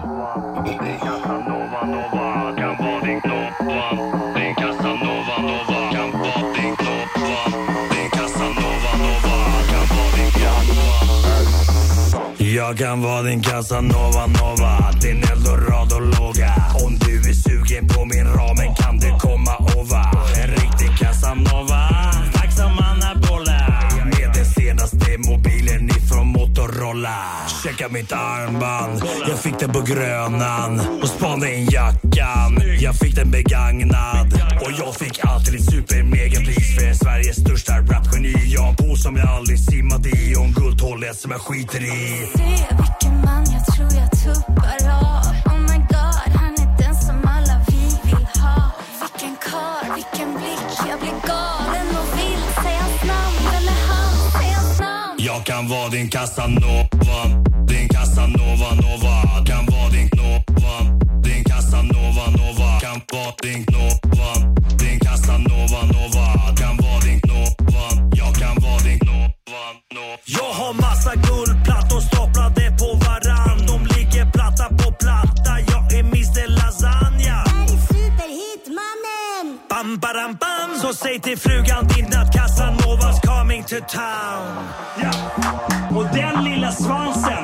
Jag kan vara din Casanova, din Eldorado-låga. Om du är sugen på min ramen kan du komma over. En riktig Casanova, tacksam anabola. Med den senaste mobilen ifrån Motorola. Checka mitt armband, jag fick den på Grönan. Och spanade in jackan, jag fick den begagnad. Och jag fick alltid ett super-megapris för Sveriges största rapgeni. Jag har en po som jag aldrig simmat i och en guldtålet som jag skiter i. Se vilken man jag tror jag tuppar av. Oh my god, han är den som alla vi vill ha. Vilken kar, vilken blick, jag blir galen och vill säga hans namn. Vem är han? Säg hans namn. Jag kan vara din Casanova, din Casanova Nova. Kan vara din Nova, din Casanova Nova. Kan vara din Nova, din Casanova Nova. Kan vara din Nova, jag kan vara din Nova. Jag har massa guldplattor staplade på varann. De ligger platta på platta. Jag är Mr. Lasagna. Är det superhit, mannen? Bam, badam, bam. Så säg till frugan din att Casanovas coming to town. Ja. Och den lilla svansen.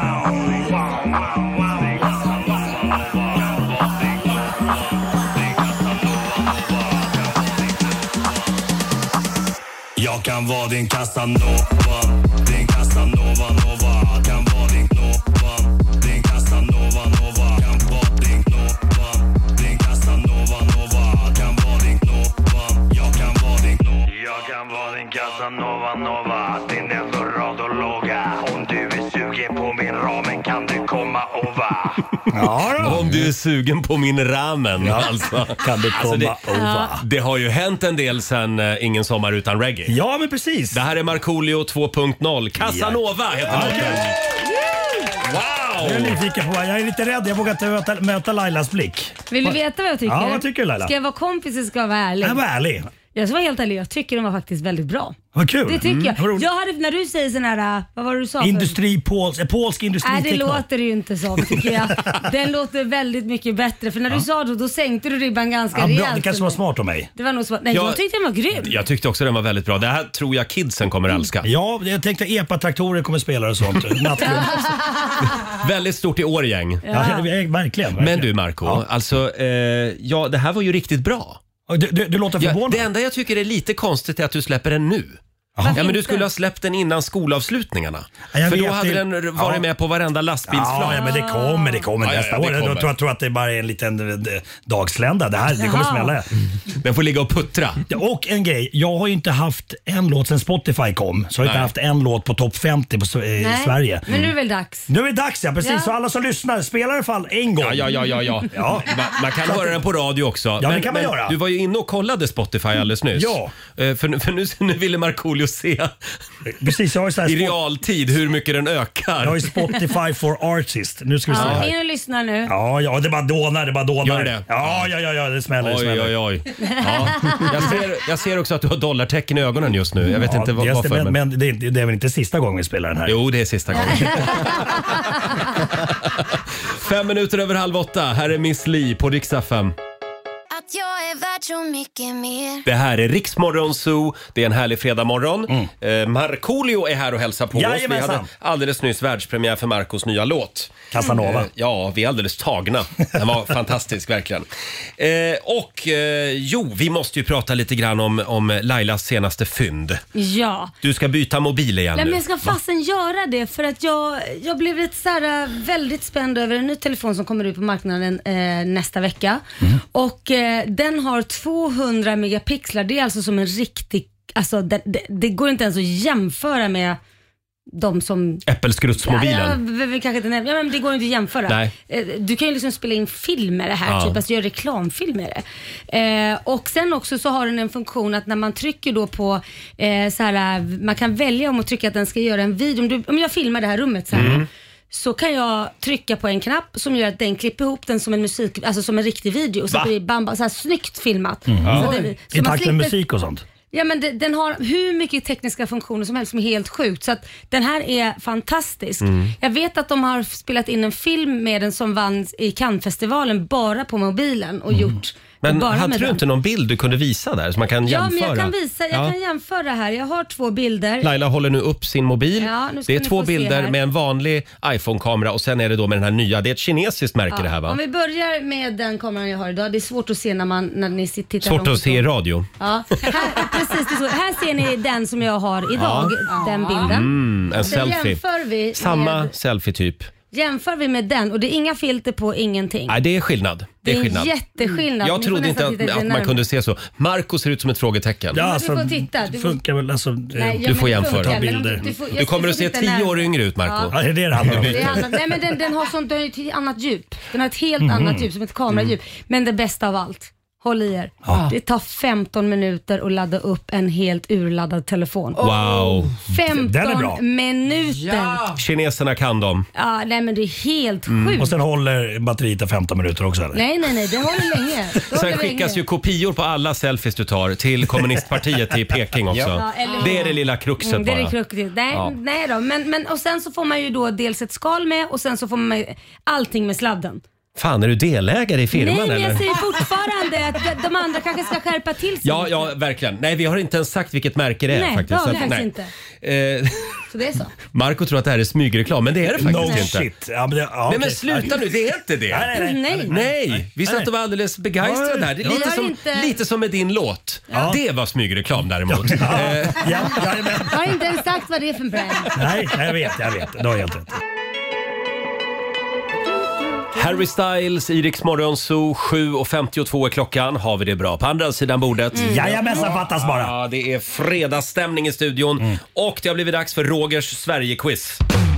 Jag kan vara din Casanova, din Casanova Nova. Kan vara din Nova, din Casanova Nova. Kan vara din Nova, din Casanova Nova. Kan vara din Nova, jag kan vara din Nova. Jag kan vara din Casanova Nova, din Eldorado-låga. Om du är sugen på min ramen kan du komma over. Om du är sugen på min ramen, alltså. Kan du komma over. Det har ju hänt en del sen Ingen sommar utan reggae. Ja, men precis. Det här är Markoolio 2.0. Casanova heter låten. Wow! Jag är nyfiken på, jag är lite rädd. Jag vågar inte möta Lailas blick. Vill du veta vad jag tycker? Ja, vad tycker du, Laila? Ska jag vara kompis eller ska jag vara ärlig? Jag var ärlig. Jag ska vara helt ärlig, jag tycker de var faktiskt väldigt bra. Vad kul. Det tycker jag. Jag hade, när du säger sån här, vad var det du sa? Polsk industri. Nej, det låter ju inte så tycker jag. Den låter väldigt mycket bättre. För när du sa då sänkte du ribban ganska rejält. Bra, det kanske var smart av mig. Det var nog smart. Nej, jag tyckte den var grym. Jag tyckte också den var väldigt bra. Det här tror jag kidsen kommer älska. Ja, jag tänkte epa-traktorer kommer spela och sånt. Väldigt stort i Årgäng. Ja, verkligen. Men du Marco, alltså, det här var ju riktigt bra. Du låter förvånad. Det enda jag tycker är lite konstigt är att du släpper den nu. Ja, men du skulle ha släppt den innan skolavslutningarna. För då hade den varit med på varenda lastbilsflak. Ja, men det kommer nästa år. Jag tror att det bara är en liten dagslända. Det kommer smälla. Den får ligga och puttra. Och en grej, jag har ju inte haft en låt sen Spotify kom. Så jag har inte haft en låt på topp 50 i Sverige. Men nu är det väl dags? Nu är det dags, ja. Precis. Så alla som lyssnar, spelar i alla fall en gång. Ja. Man kan höra den på radio också. Ja, det kan man göra. Du var ju inne och kollade Spotify alldeles nyss. Ja. För nu ville Markoolio se precis, jag har i realtid hur mycket den ökar. Jag har Spotify for Artists. Nu ska vi se här. In och lyssna nu. Ja, det bara dånar. Gör det? Ja, det smäller. Oj. Ja. Jag ser också att du har dollartecken i ögonen just nu. Jag vet inte varför. Men det är väl inte sista gången vi spelar den här? Jo, det är sista gången. 5 minuter över 7:30. Här är Miss Li på Rix FM. Att jag är värd och mycket mer. Det här är Riksmorgon Zoo. Det är en härlig fredagmorgon. Markoolio är här och hälsar på oss. Vi hade alldeles nyss världspremiär för Marcos nya låt. Casanova. Ja, vi är alldeles tagna. Den var fantastisk, verkligen. Vi måste ju prata lite grann om Lailas senaste fynd. Ja. Du ska byta mobil igen nu. Men jag ska fasen göra det för att jag blev lite så här, väldigt spänd över en ny telefon som kommer ut på marknaden nästa vecka. Och den har 200 megapixlar. Det är alltså som en riktig, alltså det går inte ens att jämföra med de som... Äppelskrutsmobilen. Kanske inte nämna, men det går inte att jämföra. Nej. Du kan ju liksom spela in film med det här, typ, alltså göra reklamfilm med det. Och sen också så har den en funktion att när man trycker då på så här, man kan välja om att trycka att den ska göra en video. Om jag filmar det här rummet så här, så kan jag trycka på en knapp som gör att den klipper ihop den som en musik, alltså som en riktig video. Så blir det så här snyggt filmat. I takt med musik och sånt. Ja, men den har hur mycket tekniska funktioner som helst som är helt sjukt. Så att den här är fantastisk. Jag vet att de har spelat in en film med den som vann i Cannes-festivalen bara på mobilen och gjort. Men hade du inte någon bild du kunde visa där så man kan jämföra? Ja, men jag kan visa. Jag kan jämföra här. Jag har 2 bilder. Laila håller nu upp sin mobil. Ja, det är 2 bilder med en vanlig iPhone-kamera och sen är det då med den här nya. Det är ett kinesiskt märke det här, va? Om vi börjar med den kameran jag har idag. Det är svårt att se när ni tittar. Svårt att se i radio. Ja, precis. Det är så. Här ser ni den som jag har idag, den bilden. En sen selfie. Jämför vi samma selfie-typ. Jämför vi med den och det är inga filter på, ingenting. Nej, det är skillnad. Det är jätteskillnad. Jag trodde inte att man kunde se så. Marco ser ut som ett frågetecken. Ja, alltså, du får titta. Det funkar väl. Alltså, du får jämföra bilder. Du kommer att se 10 år yngre ut, Marco. Ja, det är det handlar om. Nej, men den har sånt ett annat djup. Den har ett helt annat djup, som ett kameradjup. Men det bästa av allt. Håll i er. Det tar 15 minuter att ladda upp en helt urladdad telefon. Wow. 15 minuter. Ja. Kineserna kan dem. Ja, nej men det är helt sjukt. Och sen håller batteriet i 15 minuter också, eller? Nej, det håller länge. Sen skickas ju kopior på alla selfies du tar till kommunistpartiet i Peking också. Ja, det är det lilla kruxet bara. Det är det kruxet. Nej då. Men och sen så får man ju då dels ett skal med och sen så får man allting med sladden. Fan, är du delägare i firman eller? Nej, men jag säger fortfarande att de andra kanske ska skärpa till sig. Ja, verkligen. Nej, vi har inte ens sagt vilket märke det är faktiskt. Nej, det har vi inte. Så det är så. Marco tror att det här är smygreklam, men det är det faktiskt inte. Shit. Ja, nej, men sluta nu, det är inte det. Nej. Vi satt och var alldeles begeistrade här. Det är lite som med din låt. Ja. Det var smygreklam däremot. Jag har inte ens sagt vad det är för brand. Nej, jag vet. Det har jag helt rätt. Harry Styles, Rix Morgon Zoo, 7:52 är klockan. Har vi det bra på andra sidan bordet? Jajamensan, fattas bara. Ja, det är fredagsstämning i studion. Och det har blivit dags för Rogers Sverige-quiz.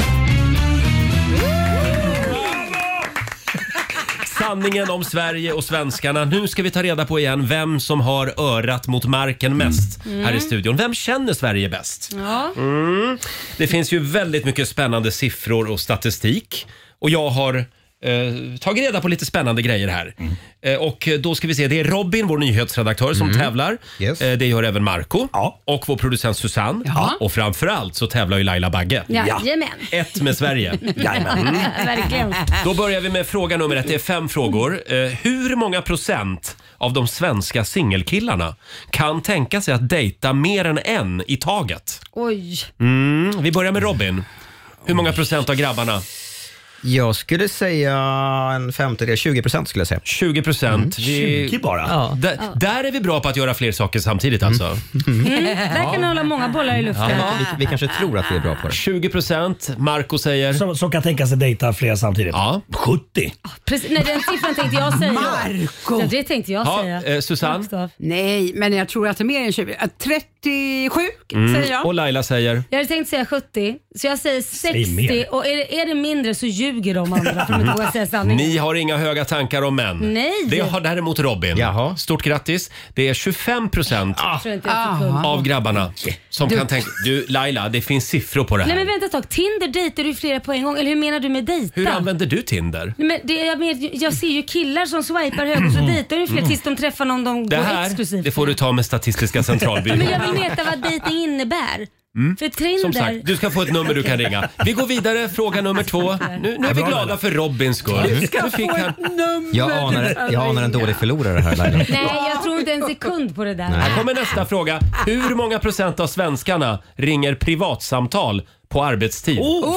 Sanningen om Sverige och svenskarna. Nu ska vi ta reda på igen vem som har örat mot marken mest här i studion. Vem känner Sverige bäst? Ja. Det finns ju väldigt mycket spännande siffror och statistik. Och jag har tagit reda på lite spännande grejer här. Och då ska vi se, det är Robin, vår nyhetsredaktör, som tävlar. Yes. Det gör även Marco och vår producent Susanne. Och framförallt så tävlar ju Laila Bagge. Jajamän. 1 med Sverige. Verkligen. Då börjar vi med fråga nummer 1. Det är 5 frågor. Hur många procent av de svenska singelkillarna kan tänka sig att dejta mer än en i taget? Oj. Vi börjar med Robin. Hur många procent av grabbarna? Jag skulle säga en 20% skulle jag säga. 20%. 20 bara? Ja. Där är vi bra på att göra fler saker samtidigt alltså. Där kan hålla många bollar i luften. Ja, vi kanske tror att vi är bra på det. 20%. Marco säger... Som kan tänka sig dejta fler samtidigt? Ja. 70. Precis, nej, den siffran tänkte jag säga. Marco! Ja, det tänkte jag säga. Susanne? Nej, men jag tror att det är mer än 20. 37 säger jag. Och Laila säger? Jag hade tänkt säga 70, så jag säger 60. Och är det mindre så ljuger de andra för att de inte säga sanningen. Ni har inga höga tankar om män. Nej. Det har däremot Robin. Jaha. Stort grattis. Det är 25% av grabbarna som kan tänka... Du, Laila, det finns siffror på det här. Nej, men vänta ett tag. Tinder dejtar du flera på en gång. Eller hur menar du med dejta? Hur använder du Tinder? Nej, men jag ser ju killar som swipar höger och så dejtar ju fler tills de träffar någon de det går här, exklusivt. det får du ta med Statistiska centralbyrån. Men jag vill veta vad dejting innebär. För Trinder... Som sagt, du ska få ett nummer du kan ringa. Vi går vidare, fråga nummer 2. Nu är vi glada för Robins skull. Nu fick han... Jag anar en dålig förlorare här, Laila. Nej, jag tror inte en sekund på det där. Här kommer nästa fråga. Hur många procent av svenskarna ringer privatsamtal på arbetstid?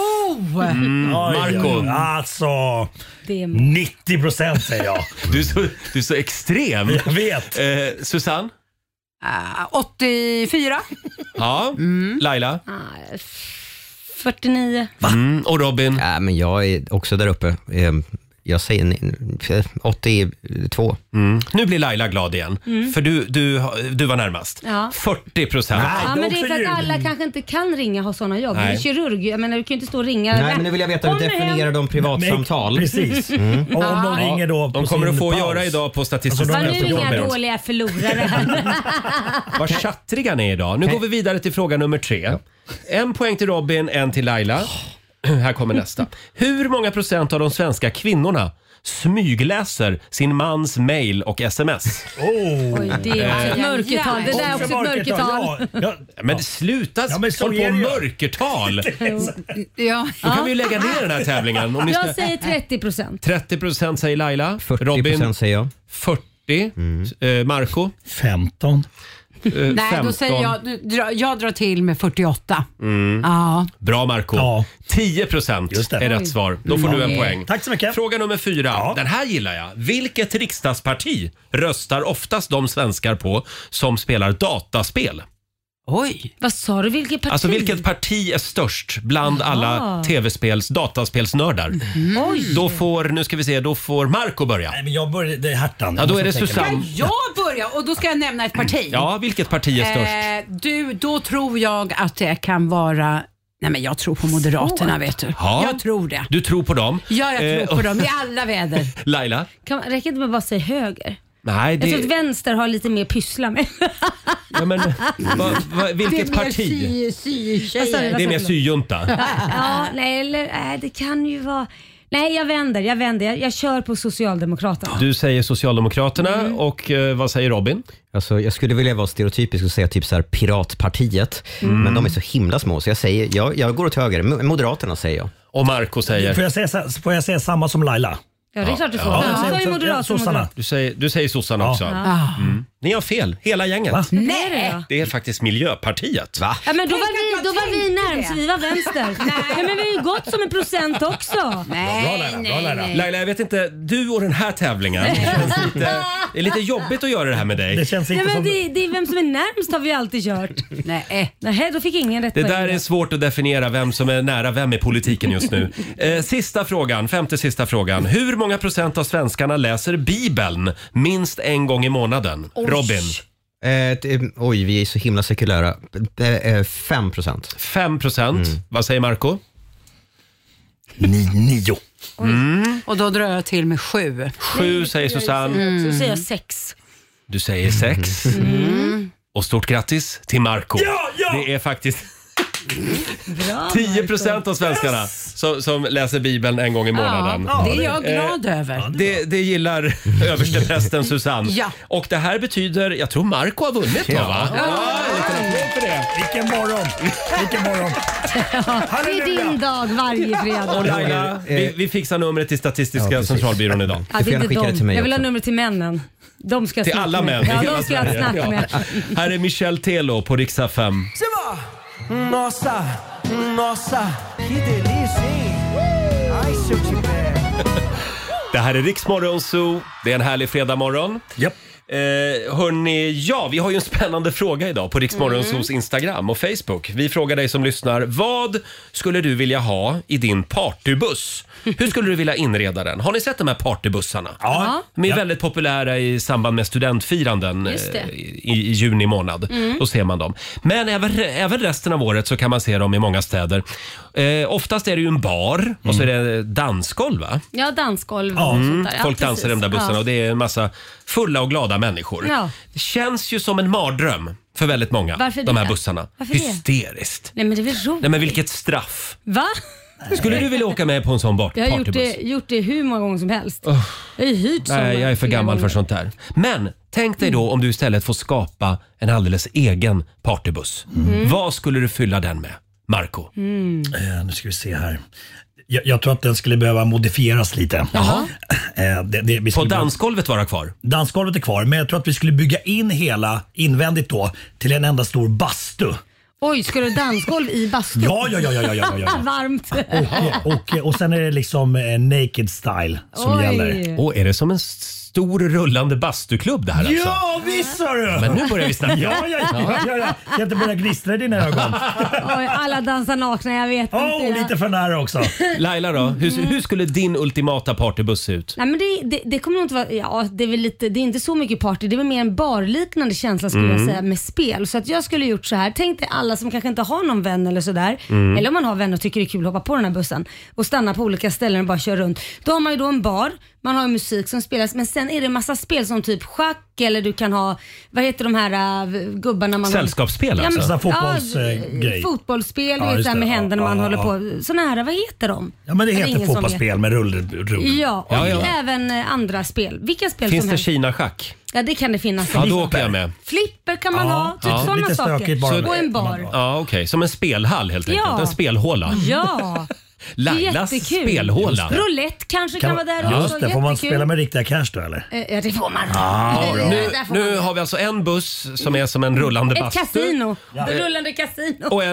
Marco. Alltså, 90% säger jag. Du är så extrem. Jag vet. Susanne? 84. Ja. Laila? 49. Och Robin? Ja, men jag är också där uppe. Jag säger 82. Nu blir Laila glad igen. För du var närmast. Ja. 40%. Ja, men det är för att alla kanske inte kan ringa och ha sådana jobb. Nej. Du är kirurg, jag menar, du kan ju inte stå och ringa. Nej, men nu vill jag veta hur definierar de privatsamtal. Precis. Och om de ringer då de kommer att få göra idag på Statistiska Var nu inga dåliga förlorare här. Vad chattriga ni är idag. Nu går vi vidare till fråga nummer 3. 1 poäng till Robin, 1 till Laila. Här kommer nästa. Hur många procent av de svenska kvinnorna smygläser sin mans mail och sms? Oj, det är också ett mörkertal. Det där är också ett mörkertal. Men sluta håll på mörkertal. Då kan vi ju lägga ner den här tävlingen. Om jag säger 30%. 30% säger Laila. 40% Robin säger jag. 40. Marco? 15. Nej, då säger jag drar till med 48. Ja. Bra Marco. Ja. 10% är rätt svar. Då får du en poäng. Tack så mycket. Fråga nummer 4. Ja. Den här gillar jag. Vilket riksdagsparti röstar oftast de svenskar på som spelar dataspel? Oj. Vad sa du? Vilket parti? Alltså vilket parti är störst bland alla dataspelsnördar? Oj. Då får Marco börja. Nej, men jag börjar, det är Hertan. Ja, då är det Susanne. Ska jag börja? Och då ska jag nämna ett parti. Ja, vilket parti är störst? Då tror jag att det kan vara... Nej, men jag tror på Moderaterna, vet du. Ja. Jag tror det. Du tror på dem? Ja, jag tror på dem i alla väder. Laila? Räcker inte med att bara säga höger? Nej, jag tror att vänster har lite mer pyssla med. Ja, men, vilket parti? Det är mer syjunta. Ja, nej, det kan ju vara... Nej, jag vänder. Jag kör på Socialdemokraterna. Du säger Socialdemokraterna och vad säger Robin? Alltså, jag skulle vilja vara stereotypisk och säga typ så här Piratpartiet. Men de är så himla små så jag går åt höger. Moderaterna säger jag. Och Marco säger? Får jag säga samma som Laila? Ja, det är klart du får. Jag säger Moderaterna. Du säger sossarna också. Ni har fel, hela gänget. Va? Nej. Det är faktiskt Miljöpartiet. Va? Ja, men då var vi närmast, vi var vänster. Nej. Ja, men vi har ju gått som en procent också. Nej. Laila, jag vet inte, du och den här tävlingen det är lite jobbigt att göra det här med dig. Det känns inte men det är vem som är närmast har vi alltid kört. Nej, då fick ingen rätt. Det där är svårt att definiera vem som är nära vem i politiken just nu. Sista frågan, 5:e sista frågan. Hur många procent av svenskarna läser Bibeln minst en gång i månaden? Robin? Vi är så himla sekulära. 5%. 5%. Vad säger Marco? 9. Och då drar jag till med 7. 7 säger Susanne. Så säger jag 6. Du säger 6. Och stort grattis till Marco. Ja! Det är faktiskt 10% av svenskarna som läser Bibeln en gång i månaden. Ja, det är jag glad över. Det gillar översteprästen Susanne. Ja. Och det här betyder, jag tror Marco har vunnit då, va? För det. Vilken morgon. Det är din dag varje fredag. Och Laila, vi fixar numret till Statistiska centralbyrån idag. Ja, det är inte dem. Jag vill ha numret till männen. De ska till alla män. Ja, de ska jag snacka med. Här är Michel Telo på Riksdag 5. Nossa, que delícia, hein? Ai, se eu tiver. Det här är Riksmorgon Zoo. Det är en härlig fredagmorgon. Japp. Hörrni, vi har ju en spännande fråga idag på Riksmorgon Zoos Instagram och Facebook. Vi frågar dig som lyssnar, vad skulle du vilja ha i din partybuss? Hur skulle du vilja inreda den? Har ni sett de här partybussarna? Ja. De är väldigt populära i samband med studentfiranden i juni månad. Då ser man dem. Men även resten av året så kan man se dem i många städer. Oftast är det ju en bar och så är det dansgolv, va? Ja, dansgolv och sånt där. Folk dansar i de där bussarna och det är en massa fulla och glada människor. Ja. Det känns ju som en mardröm för väldigt många. Varför de här det? bussarna. Varför hysteriskt. Nej, men det är väl roligt. Nej, men vilket straff. Va? Skulle du vilja åka med på en sån partybuss? Jag har gjort det hur många gånger som helst. Jag har hyrt såna. Nej, jag är för gammal för sånt där. Men Tänk dig då om du istället får skapa en alldeles egen partybuss. Vad skulle du fylla den med, Marco? Nu ska vi se här. Jag tror att den skulle behöva modifieras lite. På dansgolvet vara kvar? Dansgolvet är kvar, men jag tror att vi skulle bygga in hela invändigt då till en enda stor bastu. Oj, ska du dansgolv i bastu? Ja. Varmt. Och sen är det liksom naked style som gäller. Och är det som en stor rullande bastuklubb det här alltså? Ja, visst sa du! Men nu börjar vi snacka. Ja. Jag kan inte börja gnistra i dina ögon. Oj, alla dansar nakna, jag vet inte. Lite för nära också. Laila då, hur skulle din ultimata partybuss se ut? Nej, men det kommer nog inte vara, det är väl lite, det är inte så mycket party, det är väl mer en barliknande känsla skulle jag säga med spel. Så att jag skulle gjort så här, tänk dig alla som kanske inte har någon vän eller sådär, eller om man har vänner och tycker det är kul att hoppa på den här bussen och stanna på olika ställen och bara köra runt. Då har man ju då en bar, man har musik som spelas, men sen är det en massa spel som typ schack, eller du kan ha, vad heter de här gubbarna man sällskapsspel har? Alltså fotbollsgrej. Fotbollsspel, du vet, med händerna man håller på. Såna här, vad heter de? Ja, men det heter fotbollsspel med rull. Ja, och även andra spel. Vilka spel finns som det helst. Kina-schack? Ja, det kan det finnas. Ja, då åker jag med. Flipper kan man ha, typ sådana lite saker. Och en bar. Ja, okej. Som en spelhall helt enkelt. En spelhåla. Ja. Lailas spelhåla. Roulette kanske kan vara där. Just det, får man spela med riktiga cash då eller? Ja, det får man. Nu har vi alltså en buss som är som en rullande bastu. Ett kasino. Ett rullande kasino. Och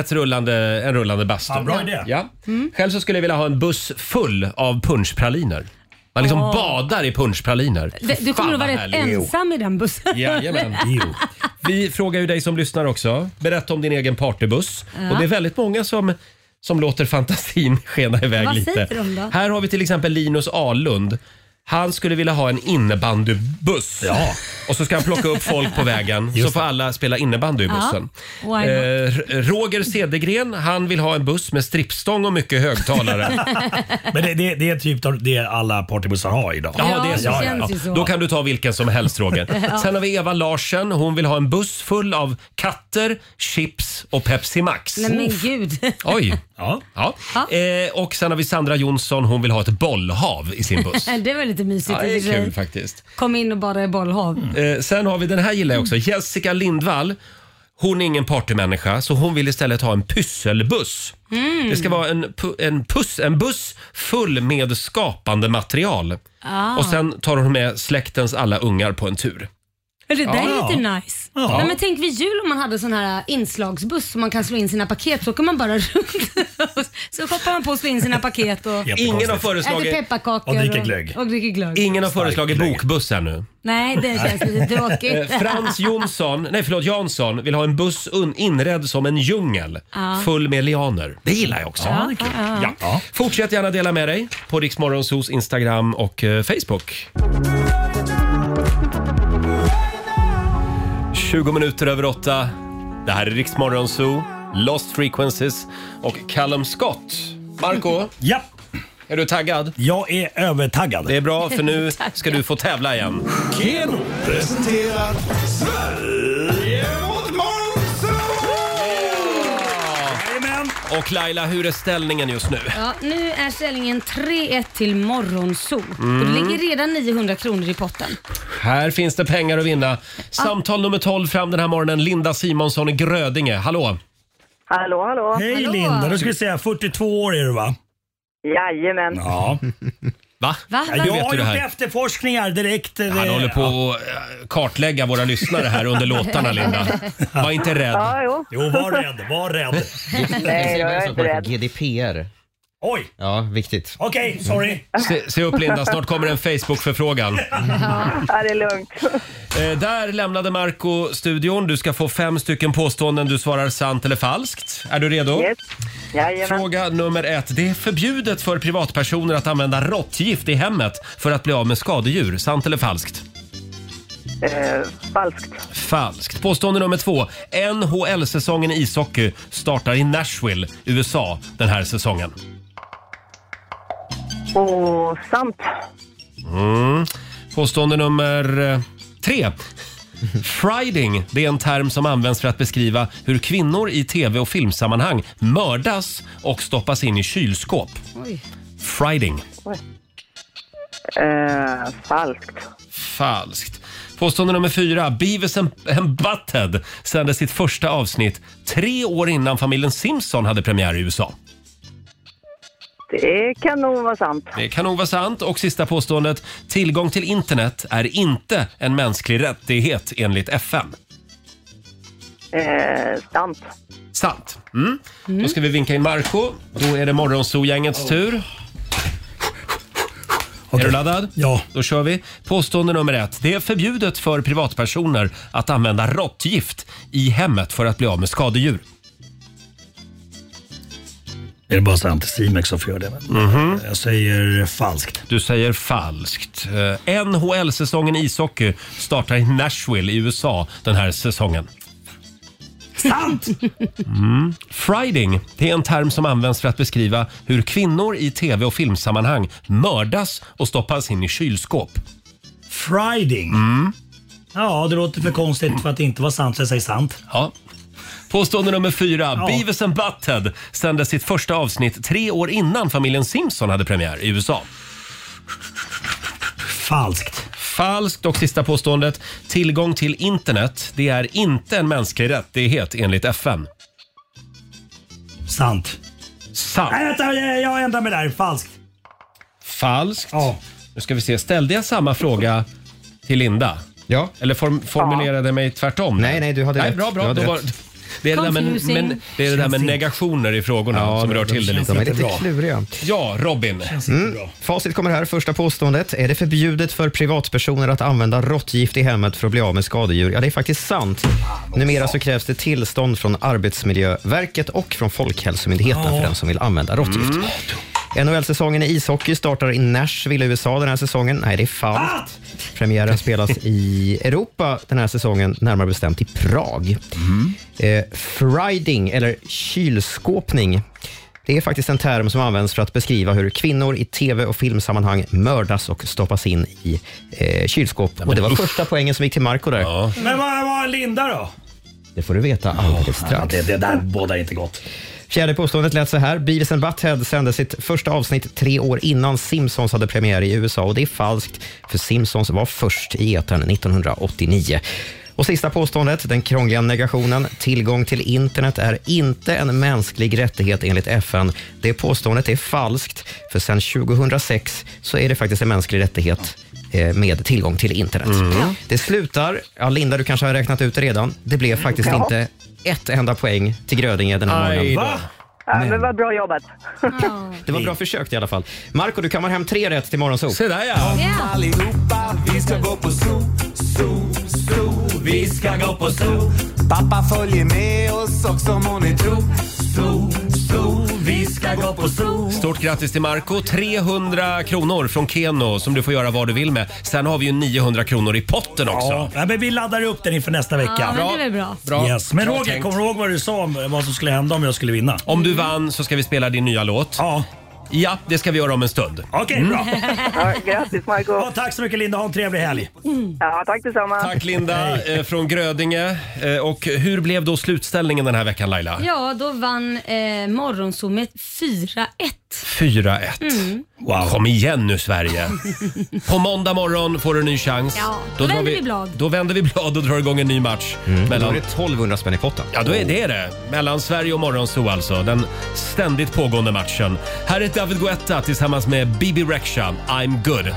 en rullande bastu. Ja, bra idé. Ja. Själv så skulle jag vilja ha en buss full av punschpraliner. Man liksom badar i punschpraliner. Du kommer att vara rätt ensam i den bussen. Jajamän. Vi frågar ju dig som lyssnar också. Berätta om din egen partybuss. Och det är väldigt många som låter fantasin skena iväg Vad lite. säger de då? Här har vi till exempel Linus Ahlund. Han skulle vilja ha en innebandybuss. Ja. Och så ska han plocka upp folk på vägen. Så får alla spela innebandy i bussen. Roger Cedergren, han vill ha en buss med strippstång och mycket högtalare. Men det är typ det alla partybussar har idag. Ja, det är så. Känns ju så. Då kan du ta vilken som helst, Roger. Sen har vi Eva Larsen. Hon vill ha en buss full av katter, chips och Pepsi Max. Nej men gud. Oj. Ja. Och sen har vi Sandra Jonsson. Hon vill ha ett bollhav i sin buss. Det var lite mysigt. Ja, det är kul faktiskt. Kom in och bara i bollhav. Sen har vi den här gillar jag också. Jessica Lindvall. Hon är ingen partymänniska så hon vill istället ha en pysselbuss. Det ska vara en buss full med skapande material. Och sen tar hon med släktens alla ungar på en tur. Det där är lite nice. Ja. Nej, men tänk vid jul om man hade sån här inslagsbuss som man kan slå in sina paket, så kan man bara runt. Så hoppar man på och slå in sina paket och ingen har föreslagit pepparkakor och dricker glögg. Ingen har föreslagit bokbuss ännu. Nej, det känns lite tråkigt. Frans Jansson vill ha en buss inredd som en djungel full med lianer. Det gillar jag också. Ja. Fortsätt gärna dela med dig på Rix Morgonzos Instagram och Facebook. 20 minuter över 8. Det här är Rix Morgonzoo, Lost Frequencies och Callum Scott. Marco? Ja. Är du taggad? Jag är övertaggad. Det är bra, för nu ska du få tävla igen. Keno presenterar Sverige mot Och Laila, hur är ställningen just nu? Ja, nu är ställningen 3-1 till Morgonzoo. Och det ligger redan 900 kronor i potten. Här finns det pengar att vinna. Samtal nummer 12 fram den här morgonen. Linda Simonsson i Grödinge. Hallå! Hallå. Hej Linda, då ska vi säga 42 år är du va? Jajamän. Ja. Va? Jag har gjort efterforskningar direkt. Han håller på att kartlägga våra lyssnare här under låtarna, Linda. Var inte rädd. Ja, jo, var rädd. Nej, jag är inte rädd. GDPR. Oj! Ja, viktigt. Okej, sorry. Se upp Linda, snart kommer en Facebook-förfrågan. Ja, det är lugnt. Där lämnade Marco studion. Du ska få 5 stycken påståenden. Du svarar sant eller falskt. Är du redo? Yes. Jajamän. Fråga nummer 1. Det är förbjudet för privatpersoner att använda råttgift i hemmet för att bli av med skadedjur. Sant eller falskt? Falskt. Falskt. Påstående nummer 2. NHL-säsongen i ishockey startar i Nashville, USA den här säsongen. Sant. Påstående nummer 3. Friding, det är en term som används för att beskriva hur kvinnor i tv- och filmsammanhang mördas och stoppas in i kylskåp. Oj. Friding. Falskt. Falskt. Påstående nummer 4. Beavis and Butthead sände sitt första avsnitt 3 år innan familjen Simpson hade premiär i USA. Det kan nog vara sant. Det kan nog vara sant. Och sista påståendet. Tillgång till internet är inte en mänsklig rättighet enligt FN. Sant. Sant. Då ska vi vinka in Marco. Då är det Morgonzoo-gängets tur. Är du laddad? Ja. Då kör vi. Påstående nummer 1. Det är förbjudet för privatpersoner att använda råttgift i hemmet för att bli av med skadedjur. Är det bara sant? Simex som får göra det. Jag säger falskt. Du säger falskt. NHL-säsongen i ishockey startar i Nashville i USA den här säsongen. Sant! Friding, det är en term som används för att beskriva hur kvinnor i tv- och filmsammanhang mördas och stoppas in i kylskåp. Friding? Ja, det låter för konstigt för att det inte var sant, så jag säger sant. Ja. Påstående nummer 4. Beavis and Butthead sände sitt första avsnitt 3 år innan familjen Simpson hade premiär i USA. Falskt. Falskt. Och sista påståendet. Tillgång till internet, det är inte en mänsklig rättighet enligt FN. Sant. Sant. Nej, vänta, jag ändrar mig där. Falskt. Falskt. Ja. Nu ska vi se. Ställde jag samma fråga till Linda? Ja. Eller formulerade mig tvärtom? Nej, du hade rätt. Bra. Du hade Då var, rätt. det är det där med negationer i frågorna som rör till det lite. De är lite kluriga. Ja, Robin. Facit kommer här. Första påståendet. Är det förbjudet för privatpersoner att använda råttgift i hemmet för att bli av med skadedjur? Ja, det är faktiskt sant. Numera så krävs det tillstånd från Arbetsmiljöverket och från Folkhälsomyndigheten för den som vill använda råttgift. NHL-säsongen i ishockey startar i Nashville i USA den här säsongen. Nej, det är falskt. Premiären spelas i Europa den här säsongen, närmare bestämt i Prag. Friding, eller kylskåpning, det är faktiskt en term som används för att beskriva hur kvinnor i tv- och filmsammanhang mördas och stoppas in i kylskåp. Och det var första poängen som gick till Marco där. Ja. Men vad var Linda då? Det får du veta alldeles strax. Det där bådar inte gott. Fjärde påståendet lät så här. Beavis and Butthead sände sitt första avsnitt 3 år innan Simpsons hade premiär i USA. Och det är falskt, för Simpsons var först i etern 1989. Och sista påståendet, den krångliga negationen. Tillgång till internet är inte en mänsklig rättighet enligt FN. Det påståendet är falskt, för sedan 2006 så är det faktiskt en mänsklig rättighet med tillgång till internet. Det slutar, Linda, du kanske har räknat ut det redan. Det blev faktiskt inte ett enda poäng till Grödinge den här morgonen. Va? Ja, men vad bra jobbat. Det var bra försökt i alla fall. Marco, du kammar hem 3 rätt till Morgonzoo. Se där, ja. Allihopa, vi ska gå på zoo. Vi ska gå på zoo. Pappa följer med oss också, må ni tro. Zoo, vi ska gå på zoo. Stort grattis till Marco. 300 kronor från Keno som du får göra vad du vill med. Sen har vi ju 900 kronor i potten också. Ja, men vi laddar upp den inför nästa vecka. Ja, men det är väl bra. Yes. Men Bra Roger, tänkt. kommer du ihåg vad du sa om vad som skulle hända om jag skulle vinna? Om du vann så ska vi spela din nya låt. Ja. Ja, det ska vi göra om en stund. Okej, bra. Ja, grattis Marco. Ja, tack så mycket Linda, ha en trevlig helg. Ja, tack detsamma. Tack Linda från Grödinge. Och hur blev då slutställningen den här veckan, Laila? Ja, då vann Morgonzoo med 4-1. 4-1. Wow. Kom igen nu Sverige. På måndag morgon får du en ny chans. Ja, då vänder vi blad. Då vänder vi blad och drar igång en ny match. Då är det 1200 spänn i potten. Ja, då är det. Mellan Sverige och Morgonzoo alltså. Den ständigt pågående matchen. Här är David Guetta tillsammans med Bibi Rexha. I'm good.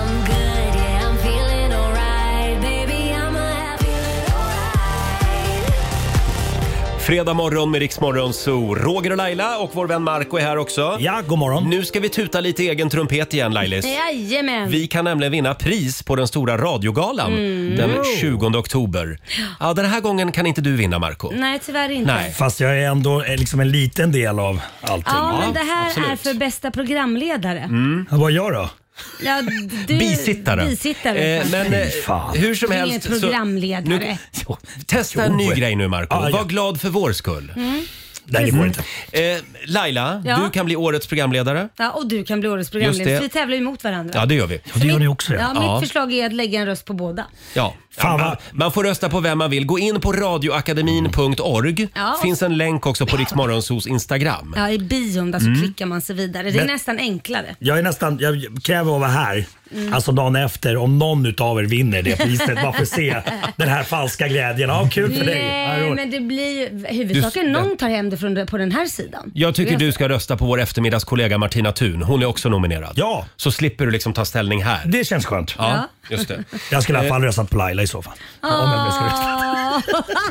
Fredag morgon med Rix Morgonzoo. Roger och Laila och vår vän Marco är här också. Ja, god morgon. Nu ska vi tuta lite egen trumpet igen, Lailis. Jajamän. Vi kan nämligen vinna pris på den stora radiogalan den 20 oktober. Ja, den här gången kan inte du vinna, Marco. Nej, tyvärr inte. Nej. Fast jag är ändå liksom en liten del av allting. Ja, men det här absolut. är för bästa programledare. Ja, vad gör då? Ja, du, Bisittare. Hur som helst. Ingen programledare. Testa en ny grej nu, Marco. Var glad för vår skull. Nej, det går inte. Laila, Ja. du kan bli årets programledare. Ja, och du kan bli årets Just programledare. det. Så vi tävlar ju mot varandra. Ja, det gör vi. Det gör ni också. Ja, mitt förslag är att lägga en röst på båda. Ja. Man får rösta på vem man vill. Gå in på radioakademin.org. Ja. Finns en länk också på Rix Morgonzoos Instagram. Ja, i bion där så klickar man sig vidare. Det är nästan enklare. Jag kräver att vara här Alltså dagen efter, om någon utav er vinner det priset, bara för att se den här falska glädjen. Ja, kul för dig. Nej, men det blir huvudsaken någon tar hem det på den här sidan. Jag tycker du ska rösta på vår eftermiddagskollega Martina Thun. Hon är också nominerad. Ja. Så slipper du liksom ta ställning här. Det känns skönt. Ja, just det. Jag skulle i alla fall rösta på Laila i så fall. Om jag skulle rösta.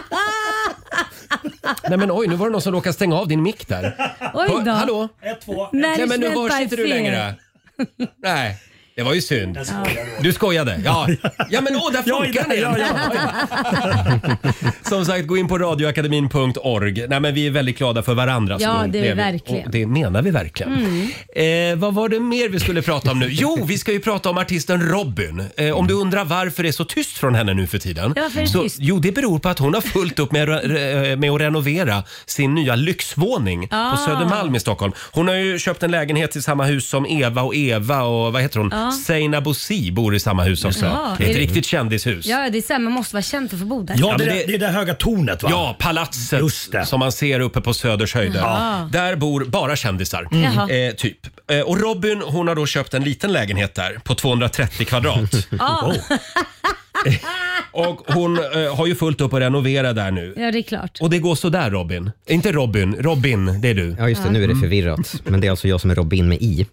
Nej men oj, nu var det någon som råkade stänga av din mick där. Oj då. Hallå? 1, 2. Nej men nu hörs inte du längre. Nej. Det var ju synd. Du skojade. Ja men där funkar den. Ja. Som sagt, gå in på radioakademin.org. Nej, men vi är väldigt glada för varandra. Ja, det är verkligen. Och det menar vi verkligen. Vad var det mer vi skulle prata om nu? Jo, vi ska ju prata om artisten Robyn. Om du undrar varför det är så tyst från henne nu för tiden. Ja, varför är det tyst? Jo, det beror på att hon har fullt upp med att renovera sin nya lyxvåning på Södermalm i Stockholm. Hon har ju köpt en lägenhet i samma hus som Eva och vad heter hon? Zeina Bosi bor i samma hus också. Jaha, det är ett riktigt kändishus. Ja, det är så. Man måste vara känd för att få bo där. Ja, det är det höga tornet va? Ja, palatset som man ser uppe på Söders höjder. Där bor bara kändisar. Typ. Och Robyn, hon har då köpt en liten lägenhet där på 230 kvadrat. Och hon har ju fullt upp att renovera där nu. Ja, det är klart. Och det går så där Robin. Inte Robin, det är du. Ja, just det. Nu är det förvirrat. Men det är alltså jag som är Robin med i.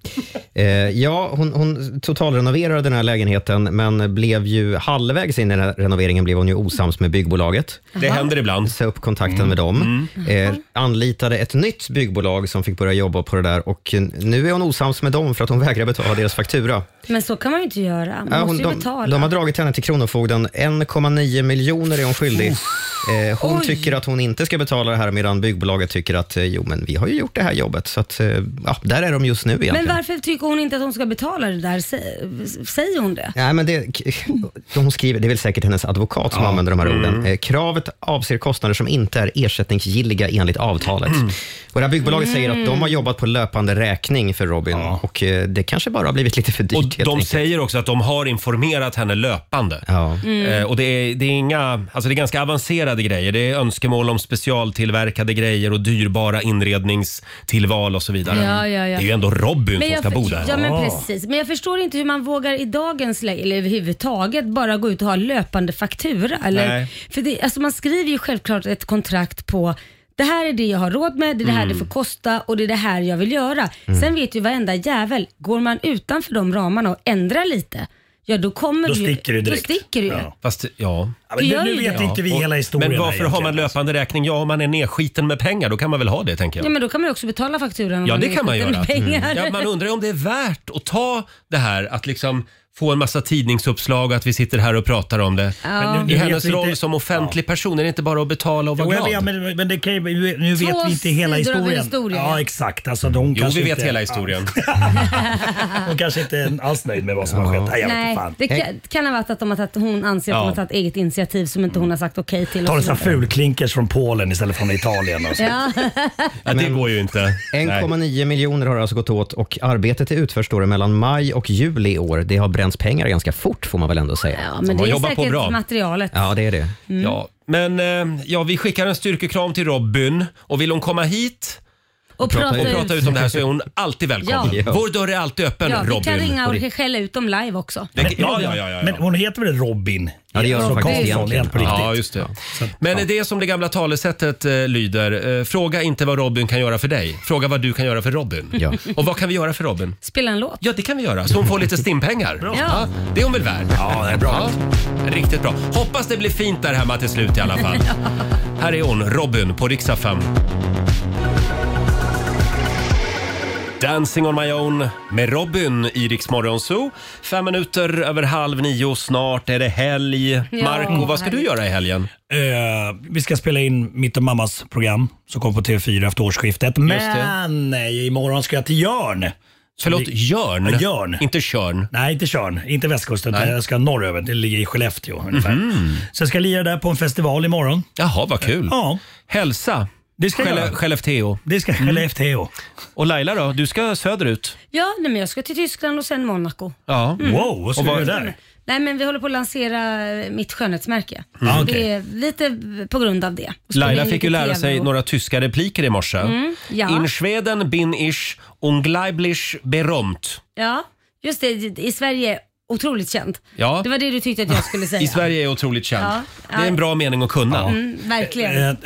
Hon totalrenoverade den här lägenheten, men blev ju halvvägs in i den här renoveringen blev hon ju osams med byggbolaget. Det händer ibland. Så upp kontakten med dem. Anlitade ett nytt byggbolag som fick börja jobba på det där. Och nu är hon osams med dem för att hon vägrar betala deras faktura. Men så kan man ju inte göra. Man måste ju betala. De har dragit henne till Kronofogden. 1,9 miljoner är hon skyldig. Hon tycker att hon inte ska betala det här, medan byggbolaget tycker att men vi har ju gjort det här jobbet. Så att, där är de just nu egentligen. Men varför tycker hon inte att hon ska betala det där? Säger hon det? Nej, men hon skriver, det är väl säkert hennes advokat som använder de här orden. Kravet avser kostnader som inte är ersättningsgilliga enligt avtalet. Och det här byggbolaget säger att de har jobbat på löpande räkning för Robyn. Och det kanske bara har blivit lite för dyrt. Och de säger också att de har informerat henne löpande. Och det är ganska avancerade grejer. Det är önskemål om specialtillverkade grejer och dyrbara inredningstillval och så vidare. Det är ju ändå Robyn som ska bo där. Ja, men precis. Men jag förstår inte hur man vågar i dagens läge eller överhuvudtaget bara gå ut och ha löpande faktura. Eller, för man skriver ju självklart ett kontrakt på det här är det jag har råd med, det är det här det får kosta och det är det här jag vill göra. Sen vet ju varenda jävel, går man utanför de ramarna och ändrar lite, ja då kommer då sticker det direkt. Då sticker det ju. Fast men nu vet inte vi hela historien. Men varför har man löpande räkning? Ja, om man är nedskiten med pengar, då kan man väl ha det, tänker jag. Ja, men då kan man ju också betala fakturan om ja, man det kan man göra. Ja, man undrar om det är värt att ta det här att liksom få en massa tidningsuppslag och att vi sitter här och pratar om det. Men i hennes roll som offentlig person är det inte bara att betala och vara glad. Ja, men nu vet vi inte hela historien. Ja, exakt. Alltså, vi vet hela historien. Hon kanske inte är alls nöjd med vad som har skett. Nej, det kan ha varit att hon anser att de har tagit eget initiativ som inte hon har sagt okej till. Ta en sån fulklinkers från Polen istället från Italien. Och så. Ja, det går ju inte. 1,9 miljoner har alltså gått åt och arbetet är utförs mellan maj och juli i år. Det har bränts pengar ganska fort, får man väl ändå säga. Ja, men det är säkert materialet. Ja, det är det. Ja, men vi skickar en styrkekram till Robyn och vill hon komma hit och prata ut om det här så är hon alltid välkommen. Ja. Vår dörr är alltid öppen, Robyn. Vi kan ringa och skälla ut dem live också. Men hon heter väl Robyn? Ja, det gör hon faktiskt egentligen. Ja, just det. Men det är som det gamla talesättet lyder. Fråga inte vad Robyn kan göra för dig. Fråga vad du kan göra för Robyn. Ja. Och vad kan vi göra för Robyn? Spela en låt. Ja, det kan vi göra. Så hon får lite stimpengar. Ja. Det är hon väl värd? Ja, det är bra. Ja, riktigt bra. Hoppas det blir fint där hemma till slut i alla fall. Här är hon, Robyn på Rix FM. Dancing on my own med Robyn i Rix Morgon Zoo. 5 minuter över 8:30, snart är det helg. Marco, vad ska du göra i helgen? Vi ska spela in mitt och mammas program som kommer på TV4 efter årsskiftet. Men imorgon ska jag till Jörn. Förlåt, Jörn? Jörn. Inte Tjörn? Nej, inte Tjörn. Inte västkusten. Jag ska norröver. Det ligger i Skellefteå ungefär. Så jag ska lira där på en festival imorgon. Jaha, vad kul. Ja. Hälsa. Det ska Skellefteå. Det ska Skellefteå. Och Laila då? Du ska söderut. Ja, men jag ska till Tyskland och sen Monaco. Ja. Wow, vad ska du göra där? Nej, men vi håller på att lansera mitt skönhetsmärke. Det är lite på grund av det. Laila fick ju lära sig några tyska repliker i morse. In Schweden bin ich unglaublich berömt. Ja, just det. I Sverige otroligt känd. Ja. Det var det du tyckte att jag skulle säga. I Sverige är otroligt känd. Ja. Det är en bra mening att kunna. Verkligen.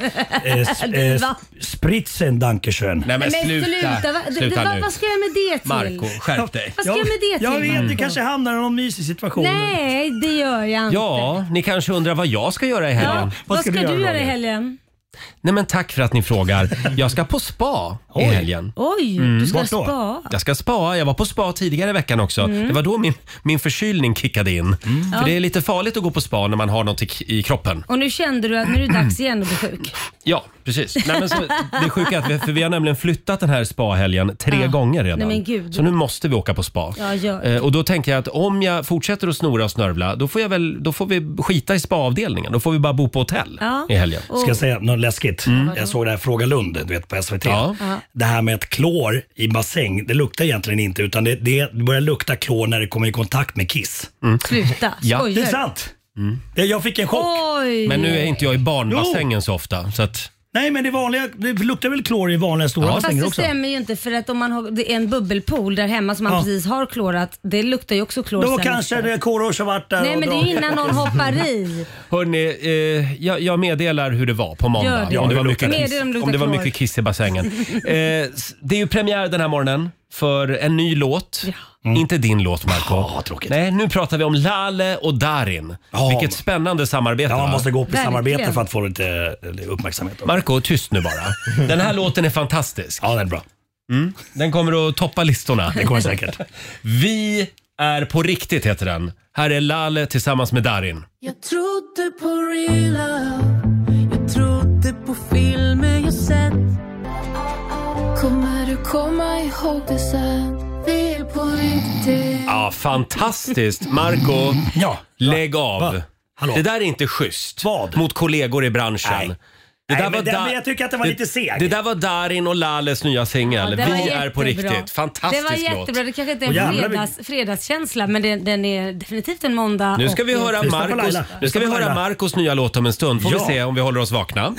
Spritzen, dankeschön. Nej men sluta nu. Vad ska jag med det till? Marco, skärp dig. Vad ska jag med det till? Jag vet, det kanske hamnar i någon mysig situation. Nej, det gör jag inte. Ja, ni kanske undrar vad jag ska göra i helgen. Vad ska du göra i helgen? Nej men tack för att ni frågar. Jag ska på spa i helgen. Oj, du ska spa. Jag ska spa. Jag var på spa tidigare i veckan också. Det var då min förkylning kickade in. För det är lite farligt att gå på spa när man har något i kroppen. Och nu kände du att nu är det dags igen att bli sjuk. Ja, precis. Nej, men det är sjuka att för vi har nämligen flyttat den här spa-helgen 3 gånger redan. Nej, men gud. Så nu måste vi åka på spa. Ja, och då tänker jag att om jag fortsätter att snora och snörvla, då får vi skita i spa-avdelningen. Då får vi bara bo på hotell i helgen. Ska jag säga något läskigt? Jag såg det här Fråga Lund, du vet, på SVT. Det här med ett klor i bassäng, det luktar egentligen inte, utan det börjar lukta klor när det kommer i kontakt med kiss. Sluta, ja. Det är sant. Jag fick en chock. Oj. Men nu är inte jag i barnbassängen så ofta. Så att... Nej, men det luktar väl klor i vanliga stora bassänger också. Fast det stämmer ju inte, för att om man har det är en bubbelpool där hemma som man precis har klorat, det luktar ju också klor. Då kanske det är Korosh har varit där. Nej, men det är innan någon hoppar i. Hörrni, jag meddelar hur det var på måndag. Ja, om det var mycket kiss i bassängen. Det är ju premiär den här morgonen för en ny låt. Inte din låt, Marco. Tråkigt. Nej, nu pratar vi om Lale och Darin. Vilket spännande samarbete. Ja, man måste gå upp i samarbete för att få lite uppmärksamhet. Marco, tyst nu bara. Den här låten är fantastisk. Ja, den är bra. Den kommer att toppa listorna. Det kommer säkert. Vi är på riktigt heter den. Här är Lale tillsammans med Darin. Jag trodde på real love. Jag trodde på filmer jag sett. Kommer du komma ihåg det sen? Vi är på riktigt. Ja, fantastiskt. Marco, lägg av. Det där är inte schysst mot kollegor i branschen. Men jag tycker att det var lite seg. Det där var Darin och Lales nya singel. Vi är på riktigt. Fantastisk låt. Det var jättebra. Det kanske inte är en fredagskänsla, men den är definitivt en måndag. Nu ska vi höra Marcos nya låt om en stund. Får vi se om vi håller oss vakna.